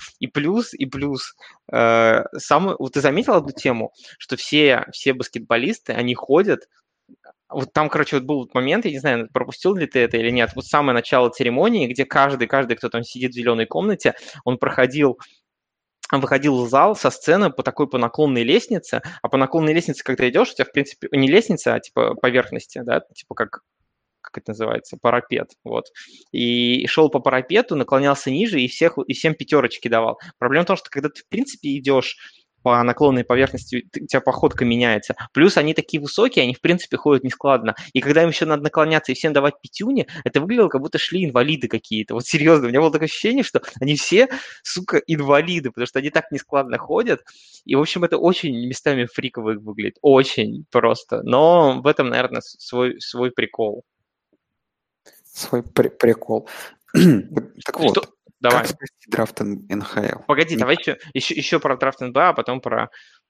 Вот ты заметил одну тему, что все баскетболисты, они ходят. Вот там, короче, вот был момент, я не знаю, пропустил ли ты это или нет, вот самое начало церемонии, где каждый, кто там сидит в зеленой комнате, он выходил в зал со сцены по наклонной лестнице, а по наклонной лестнице, когда идешь, у тебя, в принципе, не лестница, а типа поверхности, да, типа как это называется, парапет, вот. И шел по парапету, наклонялся ниже и всем пятерочки давал. Проблема в том, что когда ты, в принципе, идешь по наклонной поверхности, у тебя походка меняется. Плюс они такие высокие, они, в принципе, ходят нескладно. И когда им еще надо наклоняться и всем давать пятюни, это выглядело, как будто шли инвалиды какие-то. Вот серьезно, у меня было такое ощущение, что они все, сука, инвалиды, потому что они так нескладно ходят. И, в общем, это очень местами фриково выглядит. Очень просто. Но в этом, наверное, свой прикол. Свой прикол. Так вот, Давай. как спасти драфт НХЛ? Погоди, давай еще про драфт НБА, а потом про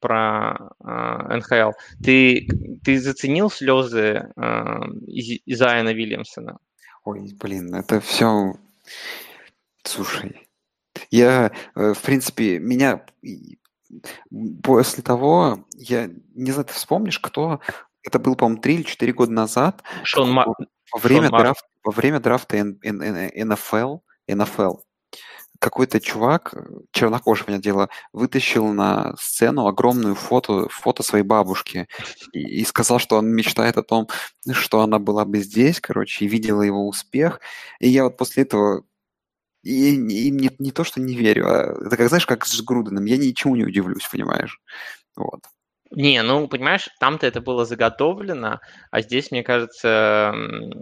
НХЛ. Ты заценил слезы Зайона Вильямсона? Ой, блин, это все... Слушай, я, в принципе, меня после того, я не знаю, ты вспомнишь, кто... Это был, по-моему, 3 или 4 года назад. Во время драфта НФЛ какой-то чувак, чернокожий, понятное дело, вытащил на сцену огромную фото своей бабушки и сказал, что он мечтает о том, что она была бы здесь, короче, и видела его успех. И я вот после этого и не то, что не верю, а это как, знаешь, как с Груденом, я ничему не удивлюсь, понимаешь? Вот. Не, ну, понимаешь, там-то это было заготовлено, а здесь, мне кажется,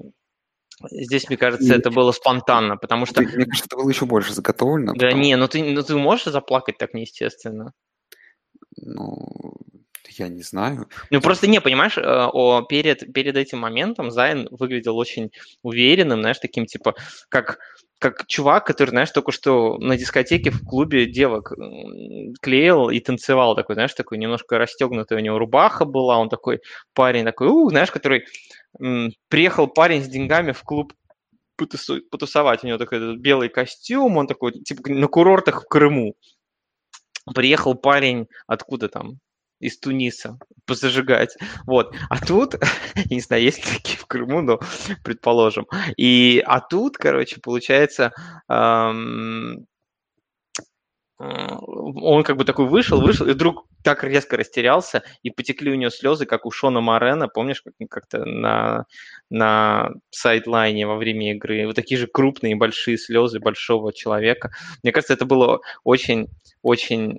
это было спонтанно, потому что... Мне кажется, это было еще больше заготовлено. Да не, ну ты можешь заплакать так неестественно? Ну, я не знаю. Ну, просто не, понимаешь, перед этим моментом Зайн выглядел очень уверенным, знаешь, таким, типа, как чувак, который, знаешь, только что на дискотеке в клубе девок клеил и танцевал, такой, знаешь, такой немножко расстегнутая у него рубаха была, он такой парень такой, знаешь, который приехал парень с деньгами в клуб потусовать, у него такой этот белый костюм, он такой, типа, на курортах в Крыму. приехал парень откуда там? Из Туниса позажигать. Вот. А тут, я не знаю, есть ли такие в Крыму, но предположим. А тут, короче, получается, он как бы такой вышел, и вдруг так резко растерялся, и потекли у него слезы, как у Шона Морена, помнишь, как-то на сайдлайне во время игры. Вот такие же крупные большие слезы большого человека. Мне кажется, это было очень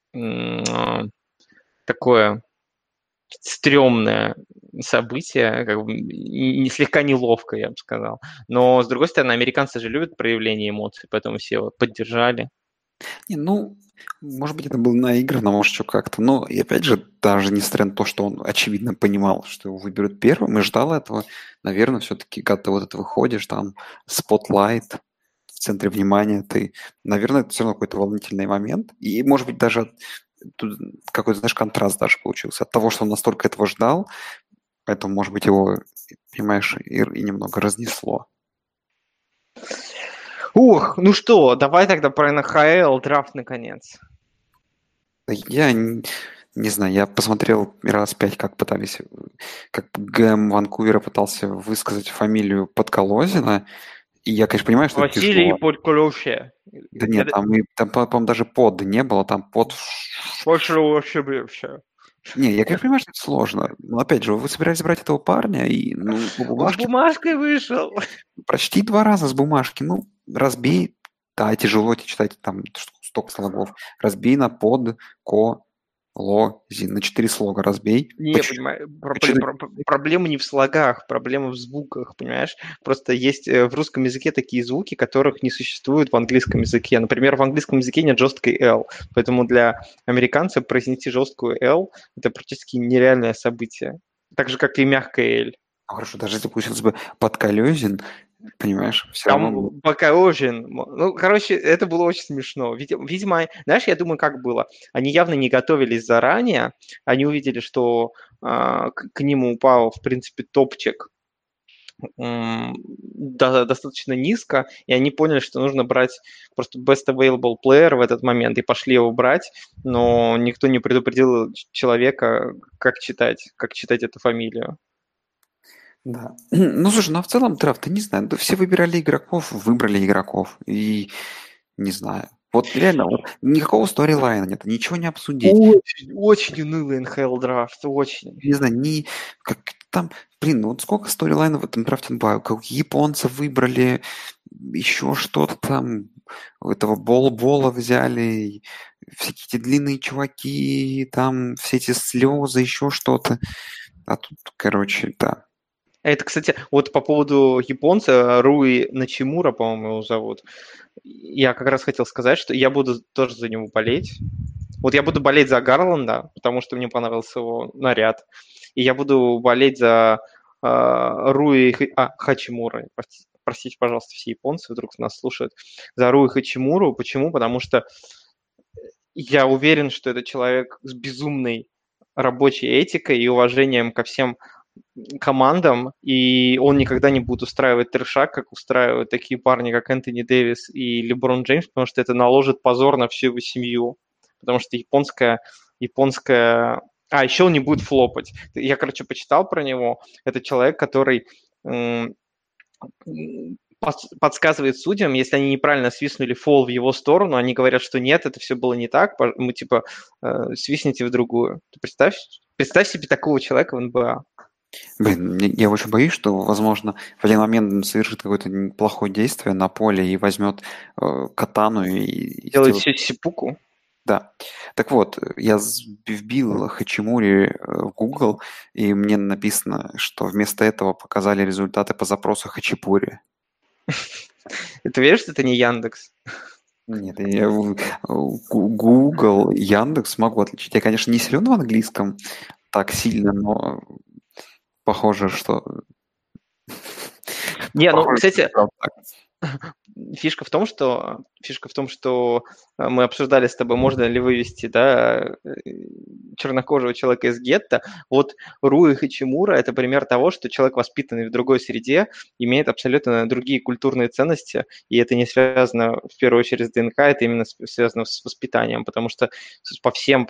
такое стрёмное событие, как бы слегка неловко, я бы сказал. Но, с другой стороны, американцы же любят проявление эмоций, поэтому все его поддержали. Не, ну, может быть, это было наиграно, может, что как-то. Но, и опять же, даже несмотря на то, что он, очевидно, понимал, что его выберут первым, и ждал этого, наверное, все-таки, когда ты вот это выходишь, там, спотлайт в центре внимания, ты, наверное, это все равно какой-то волнительный момент. И, может быть, даже тут какой-то, знаешь, контраст даже получился. От того, что он настолько этого ждал, поэтому, может быть, его, понимаешь, и немного разнесло. Ух, ну что, давай тогда про НХЛ, драфт наконец. Я не знаю, я посмотрел раз 5, как ГМ Ванкувера пытался высказать фамилию Подколозина, и я, конечно, понимаю, что это Василий тяжело. Подколоще. Да нет, там, по-моему, даже под не было, там под... Не, я, конечно, понимаю, что это сложно, но, опять же, вы собирались брать этого парня, и, по Он с бумажке бумажкой вышел. прочти 2 раза с бумажки, разбей, да, тяжело тебе читать, там столько слогов, разбей на под, ко, ло-зин, на 4 слога разбей. Не, понимаю, проблема не в слогах, проблема в звуках, понимаешь? Просто есть в русском языке такие звуки, которых не существует в английском языке. Например, в английском языке нет жесткой L, поэтому для американцев произнести жесткую L – это практически нереальное событие. Так же, как и мягкая L. Хорошо, даже если получилось бы Подколезин, понимаешь, все равно... Там Покорожин. Ну, короче, это было очень смешно. Видимо, знаешь, я думаю, как было. Они явно не готовились заранее. Они увидели, что к нему упал, в принципе, топчик достаточно низко, и они поняли, что нужно брать просто best available player в этот момент, и пошли его брать, но никто не предупредил человека, как читать эту фамилию. Да. Ну, слушай, в целом драфт, не знаю, да все выбрали игроков, и не знаю. Вот реально, вот никакого сторилайна нет, ничего не обсудить. Очень унылый НХЛ драфт, очень. Не знаю, как там, вот сколько сторилайнов в этом драфте было, как японцев выбрали, еще что-то там, этого Бола взяли, всякие эти длинные чуваки, там все эти слезы, еще что-то. А тут, короче, да. Это, кстати, вот по поводу японца, Руи Начимура, по-моему, его зовут, я как раз хотел сказать, что я буду тоже за него болеть. Вот я буду болеть за Гарланда, потому что мне понравился его наряд. И я буду болеть за Руи Хачимура. Простите, пожалуйста, все японцы вдруг нас слушают. За Руи Хачимуру. Почему? Потому что я уверен, что это человек с безумной рабочей этикой и уважением ко всем командам, и он никогда не будет устраивать трешак, как устраивают такие парни, как Энтони Дэвис и Леброн Джеймс, потому что это наложит позор на всю его семью, потому что японская... еще он не будет флопать. Я, короче, почитал про него. Это человек, который подсказывает судьям, если они неправильно свистнули фол в его сторону, они говорят, что нет, это все было не так, мы свистните в другую. Представь себе такого человека в НБА. Блин, я очень боюсь, что, возможно, в один момент он совершит какое-то плохое действие на поле и возьмет катану и делает сипуку. Да. Так вот, я вбил Хачимури в Google, и мне написано, что вместо этого показали результаты по запросу Хачапури. Ты веришь, что это не Яндекс? Нет, я Google, Яндекс могу отличить. Я, конечно, не силен в английском так сильно, но похоже, что... Не, ну, кстати, фишка в том, что мы обсуждали с тобой, можно ли вывести, да, чернокожего человека из гетто. Вот Руи Хачимура – это пример того, что человек, воспитанный в другой среде, имеет абсолютно другие культурные ценности, и это не связано в первую очередь с ДНК, это именно связано с воспитанием, потому что по всем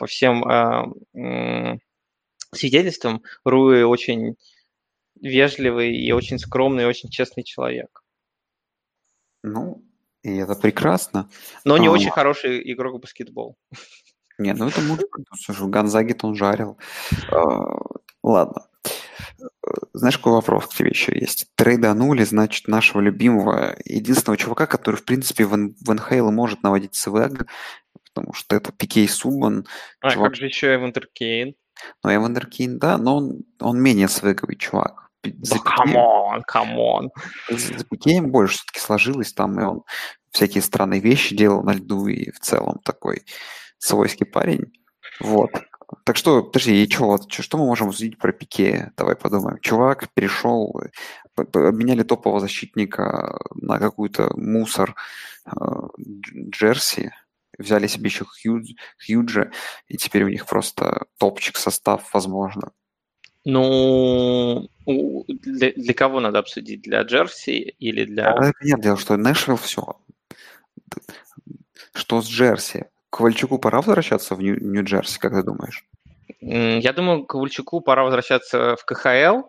свидетельствам Руи очень вежливый и очень скромный, и очень честный человек. Ну, и это прекрасно. Но не очень хороший игрок в баскетбол. Нет, ну это может быть. Слушай, в Гонзаге-то он жарил. Ладно. Знаешь, какой вопрос к тебе еще есть? Трейданули, значит, нашего любимого, единственного чувака, который, в принципе, в НХЛ может наводить свэг, потому что это Пикей Суббан. Как же еще Эвандер Кейн? Ну, Эвандер Кейн, да, но он менее свэговый чувак. Да, камон. За Пикеем больше все-таки сложилось там, и он всякие странные вещи делал на льду, и в целом такой свойский парень. Вот. Так что, подожди, и что мы можем судить про Пике? Давай подумаем. Чувак перешел, обменяли топового защитника на какую-то мусор джерси, взяли себе еще Хьюджа, и теперь у них просто топчик состав, возможно. Ну, для кого надо обсудить? Для Джерси или для... Понятное дело, что Нэшвилл все. Что с Джерси? Ковальчуку пора возвращаться в Нью-Джерси, как ты думаешь? Я думаю, Ковальчуку пора возвращаться в КХЛ,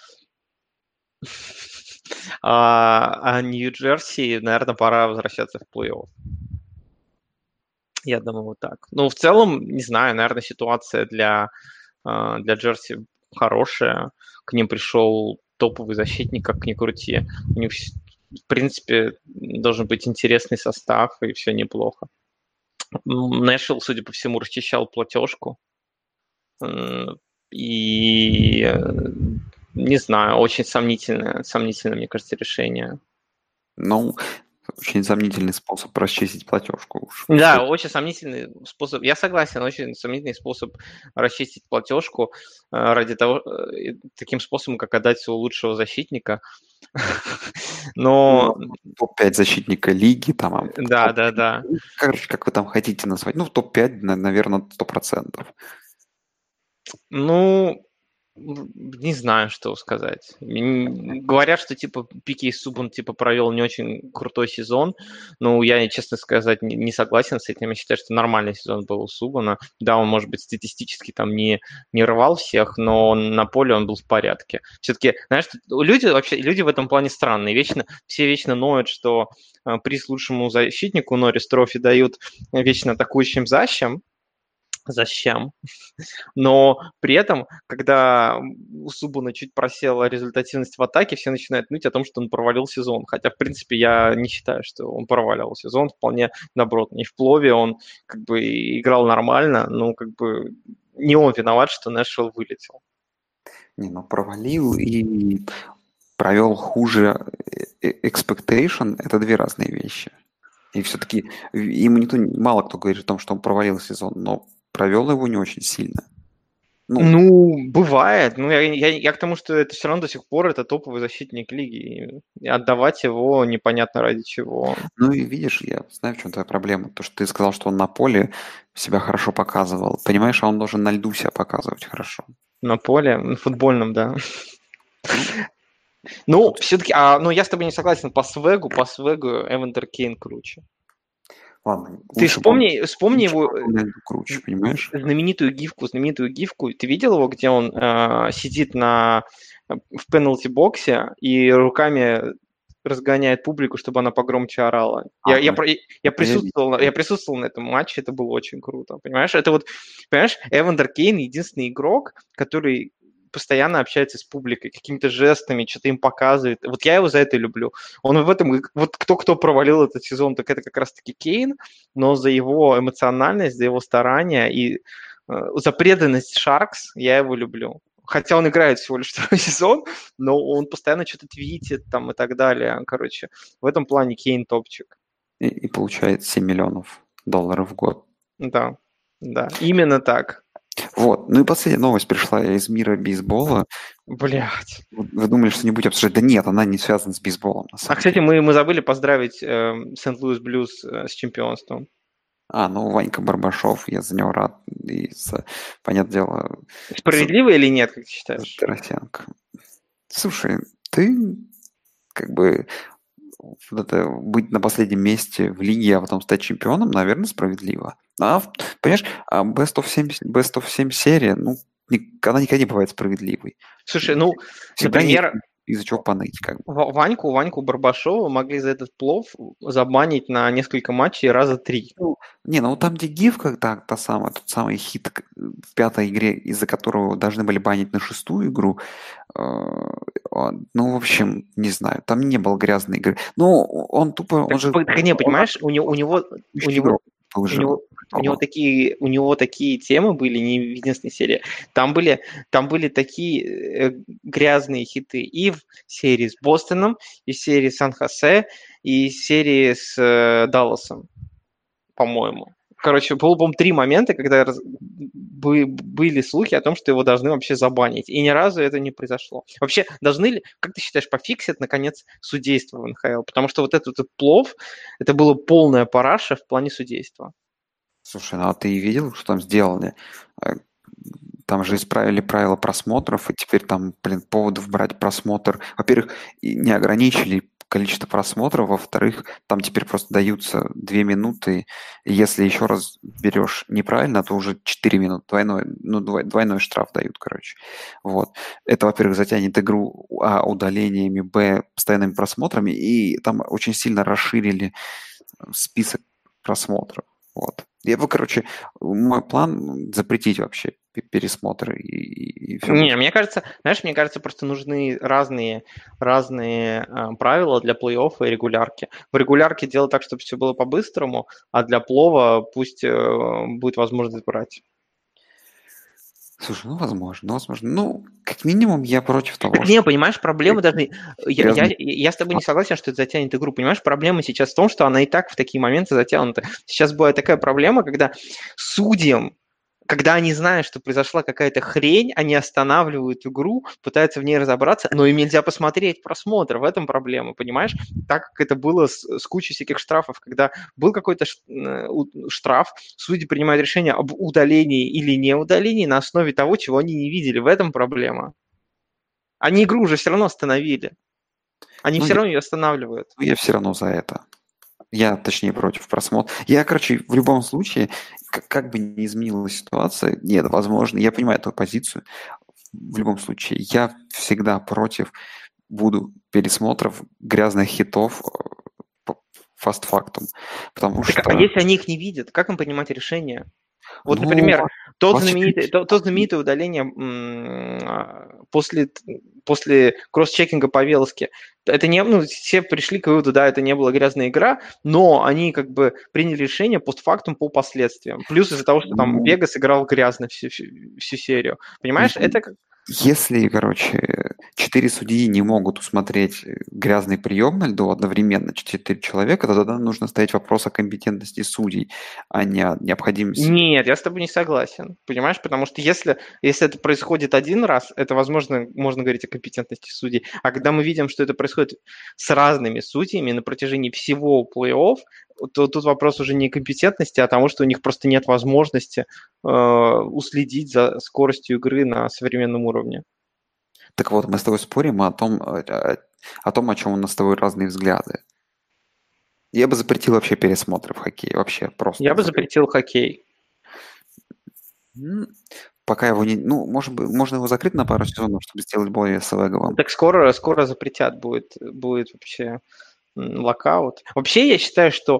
а Нью-Джерси, наверное, пора возвращаться в плей-офф. Я думаю, вот так. Ну, в целом, не знаю, наверное, ситуация для Джерси хорошая. К ним пришел топовый защитник, как ни крути. У них, в принципе, должен быть интересный состав, и все неплохо. Нэшвилл, судя по всему, расчищал платежку. И, не знаю, очень сомнительное, мне кажется, решение. Ну, очень сомнительный способ расчистить платежку. Да, очень сомнительный способ. Я согласен, очень сомнительный способ расчистить платежку ради того, таким способом, как отдать своего лучшего защитника. Но... топ-5 защитника лиги, там... Да. Короче, как вы там хотите назвать? Ну, топ-5, наверное, 100%. Ну, не знаю, что сказать. Говорят, что, типа, Пикей Суббан, типа, провел не очень крутой сезон. Ну, я, честно сказать, не согласен с этим. Я считаю, что нормальный сезон был у Суббана. Да, он, может быть, статистически там не рвал всех, но на поле он был в порядке. Все-таки, знаешь, люди в этом плане странные. Все вечно ноют, что приз лучшему защитнику Норрис Трофи дают вечно атакующим защам. Зачем? Но при этом, когда у Суббана чуть просела результативность в атаке, все начинают ныть о том, что он провалил сезон. Хотя, в принципе, я не считаю, что он проваливал сезон. Вполне наоборот. Не в плове он как бы играл нормально, но как бы не он виноват, что Нэшвилл вылетел. Не, ну провалил и провел хуже expectation – это две разные вещи. И все-таки мало кто говорит о том, что он провалил сезон, но провел его не очень сильно. Ну, бывает. Ну, я к тому, что это все равно до сих пор это топовый защитник лиги. И отдавать его непонятно ради чего. Ну и видишь, я знаю, в чем твоя проблема. То, что ты сказал, что он на поле себя хорошо показывал. Понимаешь, а он должен на льду себя показывать хорошо. На поле? На футбольном, да. Ну, все-таки, я с тобой не согласен. По свегу Эвандер Кейн круче. Ладно. Ты вспомни его круче, понимаешь? знаменитую гифку. Ты видел его, где он сидит в пенальти-боксе и руками разгоняет публику, чтобы она погромче орала? Я присутствовал на этом матче, это было очень круто. Понимаешь, Эвандер Кейн единственный игрок, который постоянно общается с публикой, какими-то жестами, что-то им показывает. Вот я его за это люблю. Он в этом... Вот кто провалил этот сезон, так это как раз-таки Кейн, но за его эмоциональность, за его старания и за преданность Sharks я его люблю. Хотя он играет всего лишь второй сезон, но он постоянно что-то твитит там и так далее. Короче, в этом плане Кейн топчик. И получает $7 миллионов в год. Да, именно так. Вот. Ну и последняя новость пришла из мира бейсбола. Блядь. Вы думали, что не будете обсуждать? Да нет, она не связана с бейсболом, на А, самом кстати, деле. мы забыли поздравить Сент-Луис Блюз с чемпионством. Ну, Ванька Барбашов, я за него рад. Понятное дело, Справедливо или нет, как ты считаешь? Тарасенко. Слушай, ты как бы вот это быть на последнем месте в лиге, а потом стать чемпионом, наверное, справедливо. Понимаешь, Best of 7 серия, ну, она никогда не бывает справедливой. Слушай, ну, Всегда есть например, из-за чего поныть, как бы. Ваньку Барбашова могли за этот плов забанить на несколько матчей раза 3. Ну там, где гифка, та самая, тот самый хит в пятой игре, из-за которого должны были банить на 6-ю игру, в общем, не знаю, там не было грязной игры. Ну, он тупо, он же... Не, понимаешь, у него такие темы были не в единственной серии. Там были такие грязные хиты и в серии с Бостоном, и в серии с Сан-Хосе, и в серии с Далласом, по-моему. Короче, было, по-моему, 3 момента, когда были слухи о том, что его должны вообще забанить. И ни разу это не произошло. Вообще, должны ли, как ты считаешь, пофиксить, наконец, судейство в НХЛ? Потому что вот этот плов, это было полная параша в плане судейства. Слушай, а ты видел, что там сделали? Там же исправили правила просмотров, и теперь там, поводов брать просмотр. Во-первых, не ограничили количество просмотров, во-вторых, там теперь просто даются 2 минуты, и если еще раз берешь неправильно, то уже 4 минуты, двойной штраф дают, короче. Вот. Это, во-первых, затянет игру удалениями, постоянными просмотрами, и там очень сильно расширили список просмотров. Вот. Мой план запретить вообще пересмотры и все. Не, мне кажется, просто нужны разные правила для плей-оффа и регулярки. В регулярке делать так, чтобы все было по-быстрому, а для плова пусть будет возможность брать. Слушай, возможно. Как минимум, я против того, Не, понимаешь, проблема даже... Я с тобой не согласен, что это затянет игру. Понимаешь, проблема сейчас в том, что она и так в такие моменты затянута. Сейчас бывает такая проблема, когда судьям, когда они знают, что произошла какая-то хрень, они останавливают игру, пытаются в ней разобраться, но им нельзя посмотреть просмотр. В этом проблема, понимаешь? Так как это было с кучей всяких штрафов, когда был какой-то штраф, судьи принимают решение об удалении или не удалении на основе того, чего они не видели. В этом проблема. Они игру уже все равно остановили. Они все равно ее останавливают. Я все равно за это. Я, точнее, против просмотра. В любом случае, как бы ни изменилась ситуация, нет, возможно, я понимаю эту позицию. В любом случае, я всегда буду пересмотров грязных хитов фастфактум. Потому что... А если они их не видят, как им принимать решение? Вот, например, то знаменитое удаление после кросс-чекинга по Велске. Это не, все пришли к выводу, да, это не была грязная игра, но они как бы приняли решение постфактум по последствиям. Плюс из-за того, что там Вегас играл грязно всю серию. Понимаешь, это как... Если, 4 судьи не могут усмотреть грязный прием на льду одновременно, 4 человека, то тогда нужно ставить вопрос о компетентности судей, а не о необходимости. Нет, я с тобой не согласен, понимаешь? Потому что если это происходит один раз, это, возможно, можно говорить о компетентности судей. А когда мы видим, что это происходит с разными судьями на протяжении всего плей-офф, то тут вопрос уже не компетентности, а того, что у них просто нет возможности уследить за скоростью игры на современном уровне. Так вот, мы с тобой спорим о том, о чем у нас с тобой разные взгляды. Я бы запретил вообще пересмотры в хоккее, вообще просто. Я бы запретил хоккей. Пока его не... может быть, можно его закрыть на пару сезонов, чтобы сделать более СВГ. Так скоро запретят, будет вообще локаут. Вообще, я считаю, что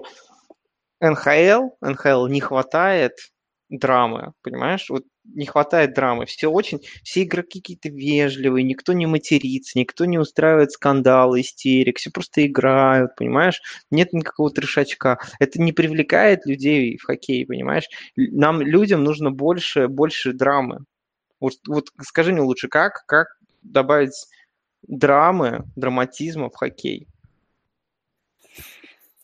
НХЛ не хватает драмы, понимаешь? Вот не хватает драмы. Все игроки какие-то вежливые, никто не матерится, никто не устраивает скандалы, истерик, все просто играют, понимаешь? Нет никакого трешачка. Это не привлекает людей в хоккей, понимаешь? Людям нужно больше драмы. Вот скажи мне лучше, как добавить драматизма в хоккей?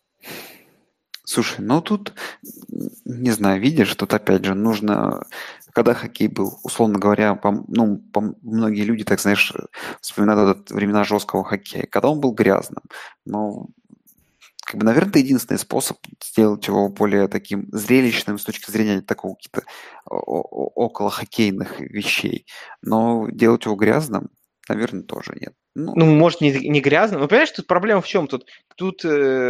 Слушай, тут, не знаю, видишь, тут опять же нужно когда хоккей был, условно говоря, многие люди, так знаешь, вспоминают времена жесткого хоккея, когда он был грязным. Но, как бы, наверное, это единственный способ сделать его более таким зрелищным с точки зрения такого каких-то около хоккейных вещей. Но делать его грязным, наверное, тоже нет. Ну, может, не грязным. Но понимаешь, тут проблема в чем? Тут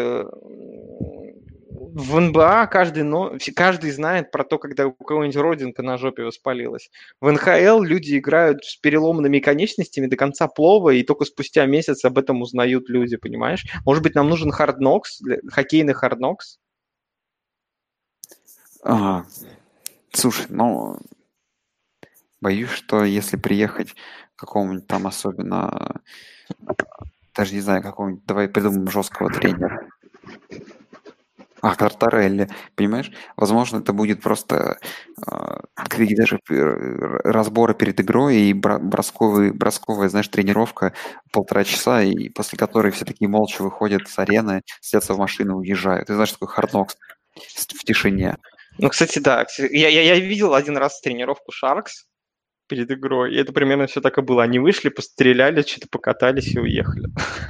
в НБА каждый знает про то, когда у кого-нибудь родинка на жопе воспалилась. В НХЛ люди играют с переломанными конечностями до конца плова, и только спустя месяц об этом узнают люди, понимаешь? Может быть, нам нужен Hard Knocks, хоккейный Hard Knocks? Слушай, боюсь, что если приехать к какому-нибудь там особенно, даже не знаю, какого-нибудь, давай придумаем жесткого тренера. Тартарелли, понимаешь? Возможно, это будет просто какие даже разборы перед игрой и бросковая, знаешь, тренировка 1,5 часа, и после которой все такие молча выходят с арены, садятся в машину, уезжают. Ты знаешь, такой харднокс в тишине. Ну, кстати, да. Я видел один раз тренировку Sharks перед игрой, и это примерно все так и было. Они вышли, постреляли, что-то покатались и уехали.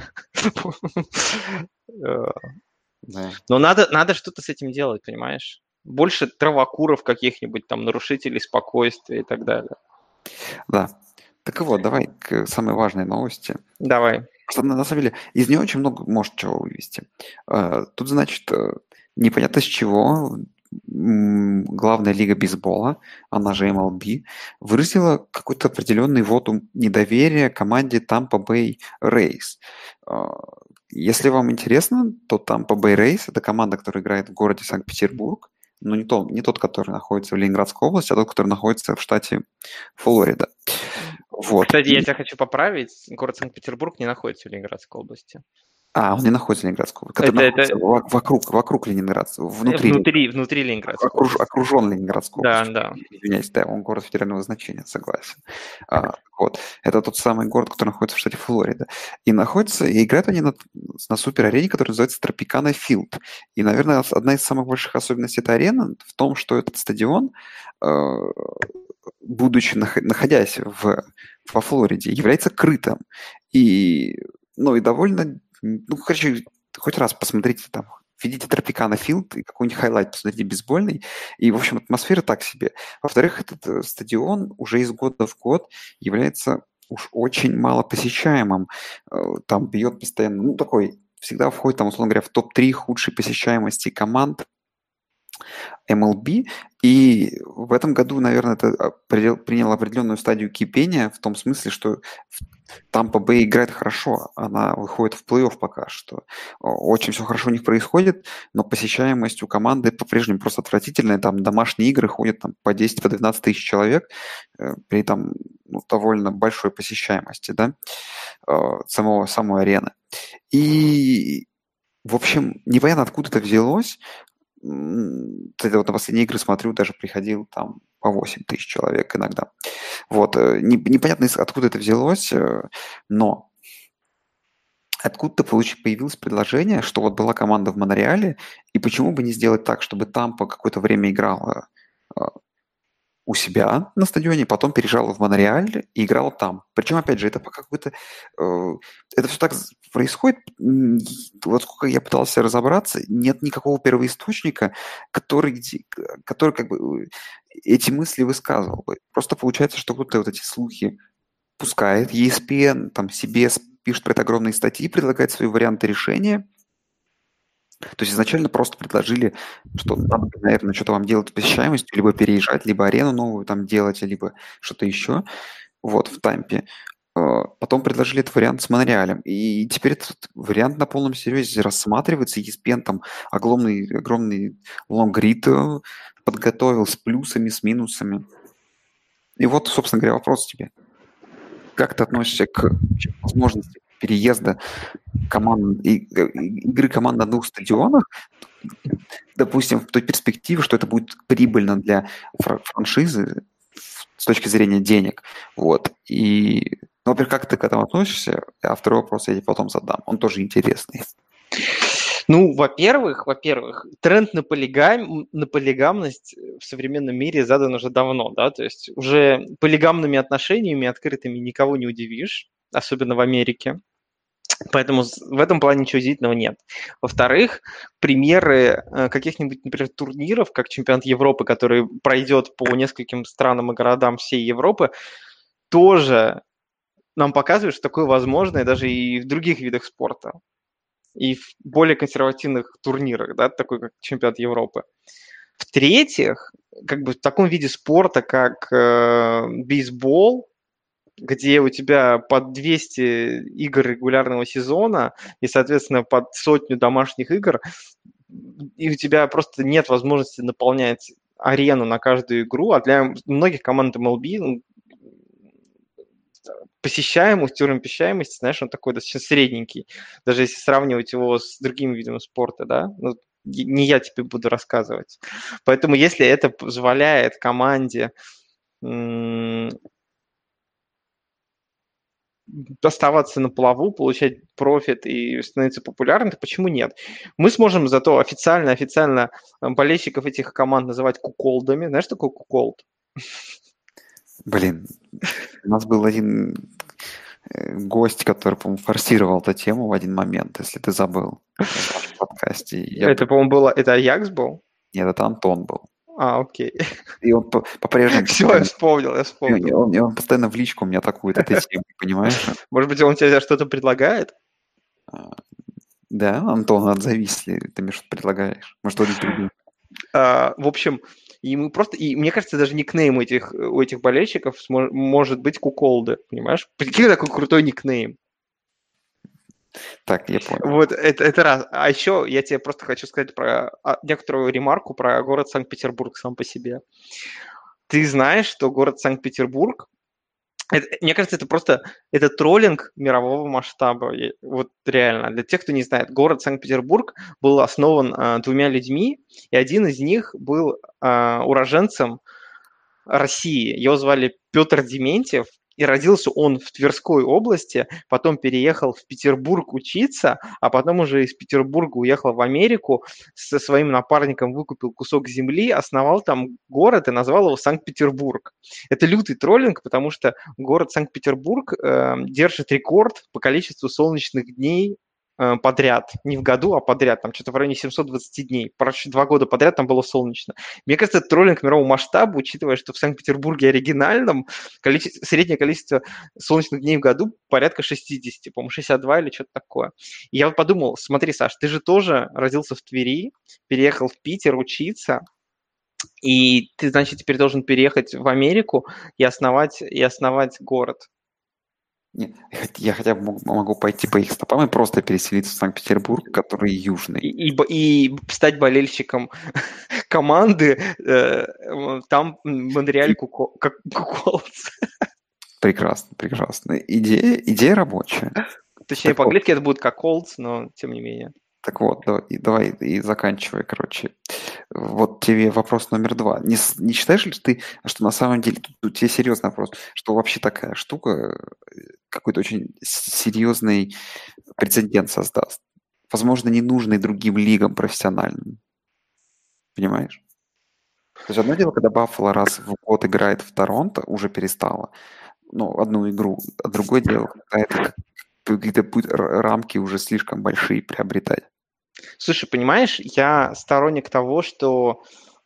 Но надо что-то с этим делать, понимаешь? Больше травокуров каких-нибудь, там, нарушителей спокойствия и так далее. Да. Так вот, давай к самой важной новости. Давай. На самом деле, из нее очень много может чего вывести. Тут, значит, непонятно с чего главная лига бейсбола, она же MLB, выразила какой-то определенный вотум недоверия команде Tampa Bay Rays. Если вам интересно, то Tampa Bay Rays – это команда, которая играет в городе Санкт-Петербург, но не тот, который находится в Ленинградской области, а тот, который находится в штате Флорида. Вот. Кстати, я тебя хочу поправить. Город Санкт-Петербург не находится в Ленинградской области. Он не находится в Ленинградской области. Находится вокруг Ленинградской. Внутри Ленинградской области. Окружен Ленинградской областью. Да. Извиняюсь, да, он город федерального значения, согласен. Вот. Это тот самый город, который находится в штате Флорида. И играют они на супер-арене, которая называется Tropicana Field. И, наверное, одна из самых больших особенностей этой арены в том, что этот стадион, будучи находясь во Флориде, является крытым. И довольно... хоть раз посмотрите там, введите Tropicana Field и какой-нибудь хайлайт посмотрите бейсбольный, и, в общем, атмосфера так себе. Во-вторых, этот стадион уже из года в год является уж очень мало посещаемым. Там бьет постоянно, всегда входит, там, условно говоря, в топ-3 худшей посещаемости команд MLB, и в этом году, наверное, это приняло определенную стадию кипения в том смысле, что Tampa Bay играет хорошо, она выходит в плей-офф пока что. Очень все хорошо у них происходит, но посещаемость у команды по-прежнему просто отвратительная. Там домашние игры ходят там, по 10-12 тысяч человек, при этом довольно большой посещаемости, да, самой арены. И, в общем, непонятно, откуда это взялось. Кстати, на последние игры смотрю, даже приходил там по 8 тысяч человек иногда. Вот. Непонятно, откуда это взялось, но откуда-то появилось предложение, что вот была команда в Монреале, и почему бы не сделать так, чтобы Тампа какое-то время играла у себя на стадионе, потом переезжала в Монреаль и играла там. Причем, опять же, это пока какой-то... это все так происходит. Вот сколько я пытался разобраться, нет никакого первоисточника, который как бы эти мысли высказывал бы. Просто получается, что кто-то вот эти слухи пускает, ESPN там себе пишет про это огромные статьи, предлагает свои варианты решения. То есть изначально просто предложили, что надо, наверное, что-то вам делать с посещаемостью, либо переезжать, либо арену новую там делать, либо что-то еще, вот, в Тампе. Потом предложили этот вариант с Монреалем. И теперь этот вариант на полном серьезе рассматривается. ESPN там огромный лонгрид подготовил с плюсами, с минусами. И вот, собственно говоря, вопрос тебе. Как ты относишься к возможности переезда игры команд на 2 стадионах, допустим, в той перспективе, что это будет прибыльно для франшизы с точки зрения денег. Вот. И, во-первых, как ты к этому относишься? А второй вопрос я тебе потом задам. Он тоже интересный. Ну, во-первых, тренд на полигамность в современном мире задан уже давно, да, то есть уже полигамными отношениями открытыми никого не удивишь, особенно в Америке. Поэтому в этом плане ничего удивительного нет. Во-вторых, примеры каких-нибудь, например, турниров, как чемпионат Европы, который пройдет по нескольким странам и городам всей Европы, тоже нам показывают, что такое возможно и даже и в других видах спорта, и в более консервативных турнирах, да, такой как чемпионат Европы. В-третьих, как бы в таком виде спорта, как бейсбол, где у тебя под 200 игр регулярного сезона и, соответственно, под сотню домашних игр, и у тебя просто нет возможности наполнять арену на каждую игру, а для многих команд MLB посещаемость, уровень посещаемости, знаешь, он такой достаточно средненький, даже если сравнивать его с другими видами спорта, да, ну, не я тебе буду рассказывать. Поэтому если это позволяет команде оставаться на плаву, получать профит и становиться популярным, то почему нет? Мы сможем зато официально болельщиков этих команд называть куколдами. Знаешь, что такое куколд? Блин, у нас был один гость, который, по-моему, форсировал эту тему в один момент, если ты забыл в нашем подкасте. Это, по-моему, это Аякс был? Нет, это Антон был. Окей. И он по-прежнему... Все, я вспомнил. Он постоянно в личку мне атакует этой темой, понимаешь? Может быть, он тебе что-то предлагает? Да, Антон, отзовись, если ты мне что-то предлагаешь. Может, что-нибудь другое. В общем, и мне кажется, даже никнейм у этих болельщиков может быть куколды, понимаешь? Прикинь, такой крутой никнейм. Так, я понял. Вот, это раз. А еще я тебе просто хочу сказать про некоторую ремарку про город Санкт-Петербург сам по себе. Ты знаешь, что город Санкт-Петербург, мне кажется, это троллинг мирового масштаба. Вот реально. Для тех, кто не знает, город Санкт-Петербург был основан двумя людьми, и один из них был уроженцем России. Его звали Петр Дементьев, и родился он в Тверской области, потом переехал в Петербург учиться, а потом уже из Петербурга уехал в Америку, со своим напарником выкупил кусок земли, основал там город и назвал его Санкт-Петербург. Это лютый троллинг, потому что город Санкт-Петербург держит рекорд по количеству солнечных дней подряд. Не в году, а подряд. Там что-то в районе 720 дней. Почти 2 года подряд там было солнечно. Мне кажется, это троллинг мирового масштаба, учитывая, что в Санкт-Петербурге оригинальном среднее количество солнечных дней в году порядка 60, по-моему, 62 или что-то такое. И я вот подумал, смотри, Саш, ты же тоже родился в Твери, переехал в Питер учиться, и ты, значит, теперь должен переехать в Америку и основать город. Нет, я хотя бы могу пойти по их стопам и просто переселиться в Санкт-Петербург, который южный. И стать болельщиком команды там в Монреале как Куколдс. Прекрасно, прекрасно. Идея рабочая. Точнее, по-английски это будет как Колдс, но тем не менее. Так вот, давай и заканчивай, короче. Вот тебе вопрос номер 2. Не считаешь ли ты, что на самом деле, тут тебе серьезный вопрос, что вообще такая штука какой-то очень серьезный прецедент создаст? Возможно, ненужный другим лигам профессиональным. Понимаешь? То есть одно дело, когда Баффало раз в год играет в Торонто, уже перестало, одну игру, а другое дело, когда это какие-то рамки уже слишком большие приобретать. Слушай, понимаешь, я сторонник того, что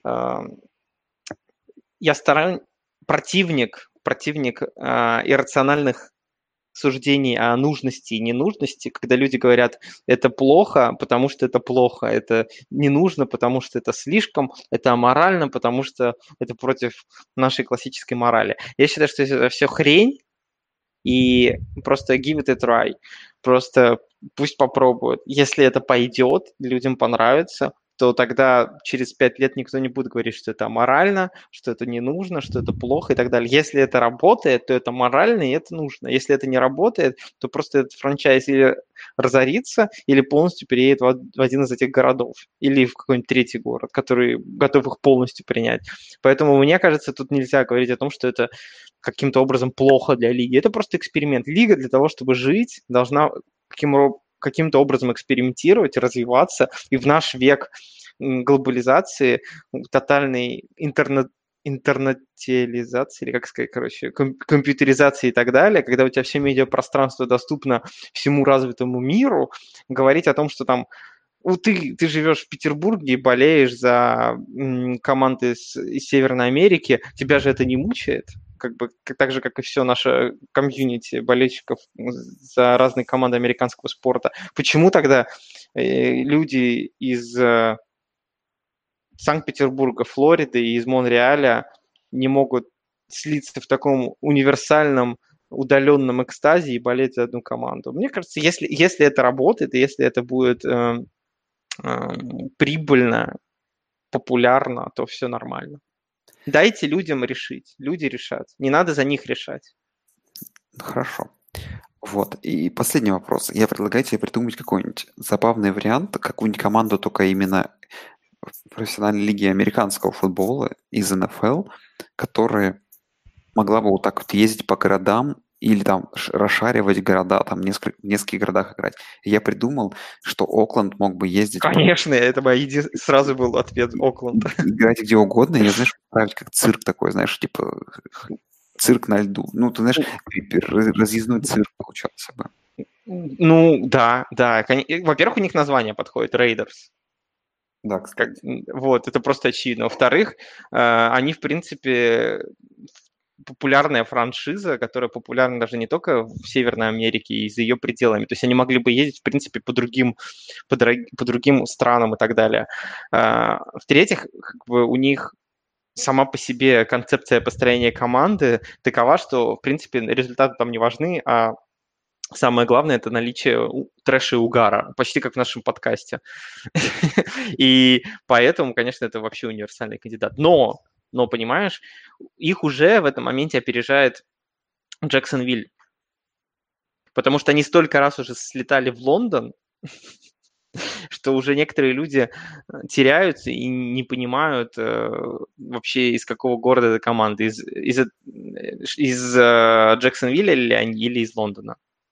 я противник иррациональных суждений о нужности и ненужности, когда люди говорят, это плохо, потому что это плохо, это не нужно, потому что это слишком, это аморально, потому что это против нашей классической морали. Я считаю, что это все хрень, и просто give it a try. Просто пусть попробуют. Если это пойдет, людям понравится, то тогда через 5 лет никто не будет говорить, что это аморально, что это не нужно, что это плохо и так далее. Если это работает, то это морально и это нужно. Если это не работает, то просто этот франчайз или разорится, или полностью переедет в один из этих городов, или в какой-нибудь третий город, который готов их полностью принять. Поэтому, мне кажется, тут нельзя говорить о том, что это каким-то образом плохо для лиги. Это просто эксперимент. Лига для того, чтобы жить, должна каким-то образом экспериментировать, развиваться. И в наш век глобализации, тотальной интернетализации, или как сказать, короче, компьютеризации и так далее, когда у тебя все медиапространство доступно всему развитому миру, говорить о том, что там ты живешь в Петербурге и болеешь за команды из Северной Америки, тебя же это не мучает? Как бы так же, как и все наше комьюнити болельщиков за разные команды американского спорта. Почему тогда люди из Санкт-Петербурга, Флориды и из Монреаля не могут слиться в таком универсальном удаленном экстазе и болеть за одну команду? Мне кажется, если это работает, и если это будет прибыльно, популярно, то все нормально. Дайте людям решить. Люди решат. Не надо за них решать. Хорошо. Вот. И последний вопрос. Я предлагаю тебе придумать какой-нибудь забавный вариант, какую-нибудь команду только именно в профессиональной лиге американского футбола из НФЛ, которая могла бы вот так вот ездить по городам или там расшаривать города, там в нескольких городах играть. И я придумал, что Окленд мог бы ездить... Конечно, это сразу был ответ Окленд. Играть где угодно, и, знаешь, править как цирк такой, знаешь, типа цирк на льду. Ну, ты знаешь, разъездной цирк получался бы. Ну, да. Во-первых, у них название подходит, Raiders. Да, кстати. Вот, это просто очевидно. Во-вторых, они, в принципе, популярная франшиза, которая популярна даже не только в Северной Америке и за ее пределами. То есть они могли бы ездить, в принципе, по другим странам и так далее. В-третьих, как бы у них сама по себе концепция построения команды такова, что, в принципе, результаты там не важны, а самое главное – это наличие трэша и угара, почти как в нашем подкасте. И поэтому, конечно, это вообще универсальный кандидат. Но, понимаешь, их уже в этом моменте опережает Джексонвиль, потому что они столько раз уже слетали в Лондон, что уже некоторые люди теряются и не понимают вообще, из какого города эта команда, из Джексонвилля или из Лондона.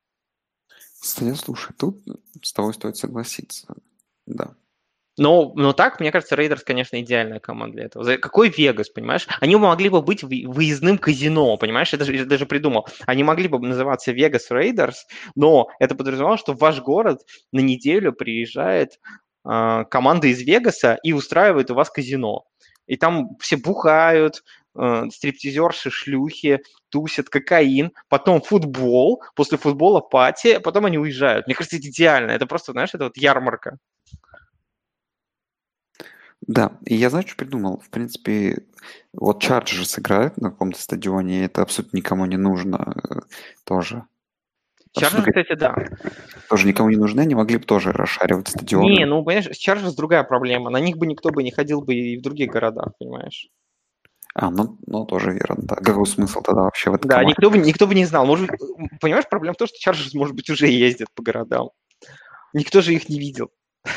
Слушай, тут с тобой стоит согласиться, да. Но так, мне кажется, Рейдерс, конечно, идеальная команда для этого. Какой Вегас, понимаешь? Они могли бы быть выездным казино, понимаешь? Я даже придумал. Они могли бы называться Вегас Рейдерс, но это подразумевало, что в ваш город на неделю приезжает команда из Вегаса и устраивает у вас казино. И там все бухают, стриптизерши, шлюхи, тусят, кокаин, потом футбол, после футбола пати, а потом они уезжают. Мне кажется, это идеально. Это просто, знаешь, это вот ярмарка. Да, и я, знаешь, что придумал? В принципе, вот Чарджерс играют на каком-то стадионе, и это абсолютно никому не нужно тоже. Чарджерс, кстати, да. Тоже никому не нужны, они могли бы тоже расшаривать стадионы. Не, ну, понимаешь, с Чарджерс другая проблема. На них бы никто бы не ходил бы и в других городах, понимаешь? Ну, тоже верно, да. Какой смысл тогда вообще в этом? Да, никто бы не знал. Может быть, понимаешь, проблема в том, что Чарджерс, может быть, уже ездят по городам. Никто же их не видел.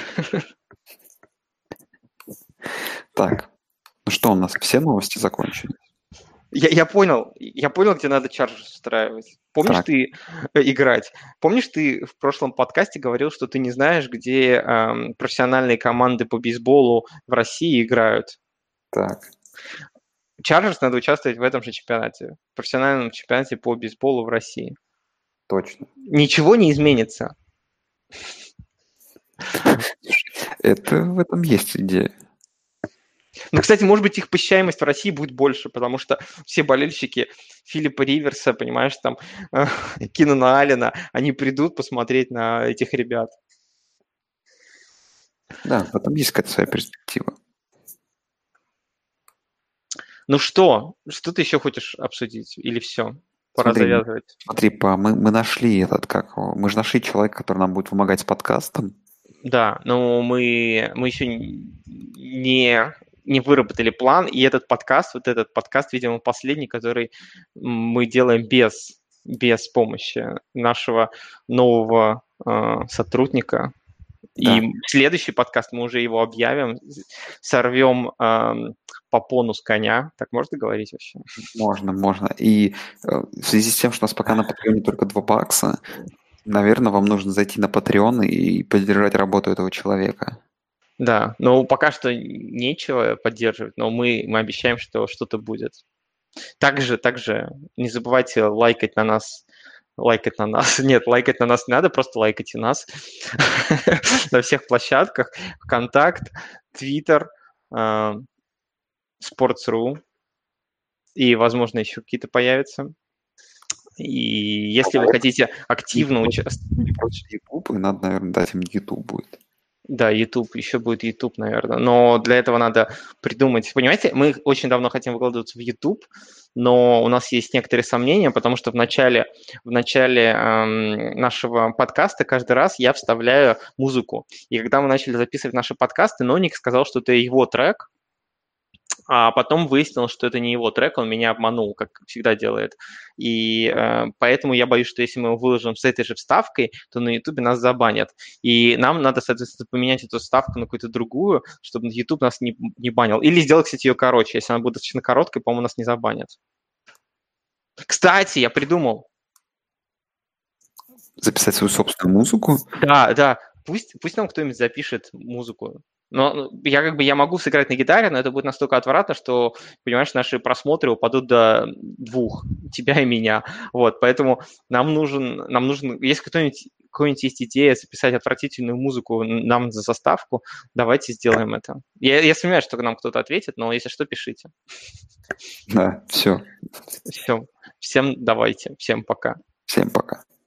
Так, ну что, у нас все новости закончились? Я понял, где надо Чарджерс устраивать. Помнишь ты играть? Помнишь, ты в прошлом подкасте говорил, что ты не знаешь, где профессиональные команды по бейсболу в России играют? Так. Чарджерс надо участвовать в этом же чемпионате, профессиональном чемпионате по бейсболу в России. Точно. Ничего не изменится. В этом есть идея. Ну, кстати, может быть, их посещаемость в России будет больше, потому что все болельщики Филиппа Риверса, понимаешь, там, Кинана Аллена, они придут посмотреть на этих ребят. Да, в этом есть какая-то своя перспектива. Ну что ты еще хочешь обсудить? Или все? Пора завязывать. Смотри, мы нашли мы же нашли человека, который нам будет помогать с подкастом. Да, но мы еще не выработали план, и этот подкаст, видимо, последний, который мы делаем без помощи нашего нового сотрудника. Да. И следующий подкаст мы уже его объявим, сорвем попону с коня. Так можно говорить вообще? Можно. И в связи с тем, что у нас пока на Патреоне только $2, Наверное, вам нужно зайти на Patreon и поддержать работу этого человека. Да, но пока что нечего поддерживать, но мы обещаем, что что-то будет. Также не забывайте лайкать на нас. Нет, лайкать на нас не надо, просто лайкайте нас на всех площадках. ВКонтакт, Твиттер, Sports.ru и, возможно, еще какие-то появятся. И если вы хотите активно участвовать... Не против YouTube, и надо, наверное, дать им YouTube будет. Да, YouTube, еще будет YouTube, наверное. Но для этого надо придумать. Понимаете, мы очень давно хотим выкладываться в YouTube, но у нас есть некоторые сомнения, потому что в начале нашего подкаста каждый раз я вставляю музыку. И когда мы начали записывать наши подкасты, Ноник сказал, что это его трек, а потом выяснилось, что это не его трек, он меня обманул, как всегда делает. И поэтому я боюсь, что если мы его выложим с этой же вставкой, то на YouTube нас забанят. И нам надо, соответственно, поменять эту вставку на какую-то другую, чтобы YouTube нас не банил. Или сделать, кстати, ее короче. Если она будет достаточно короткой, по-моему, нас не забанят. Кстати, я придумал. Записать свою собственную музыку? Да. Пусть нам кто-нибудь запишет музыку. Но я могу сыграть на гитаре, но это будет настолько отвратно, что, понимаешь, наши просмотры упадут до 2, тебя и меня. Вот, поэтому нам нужен, если какой-нибудь есть идея записать отвратительную музыку нам за заставку, давайте сделаем это. Я сомневаюсь, что нам кто-то ответит, но если что, пишите. Да, все. Все. Всем давайте. Всем пока. Всем пока.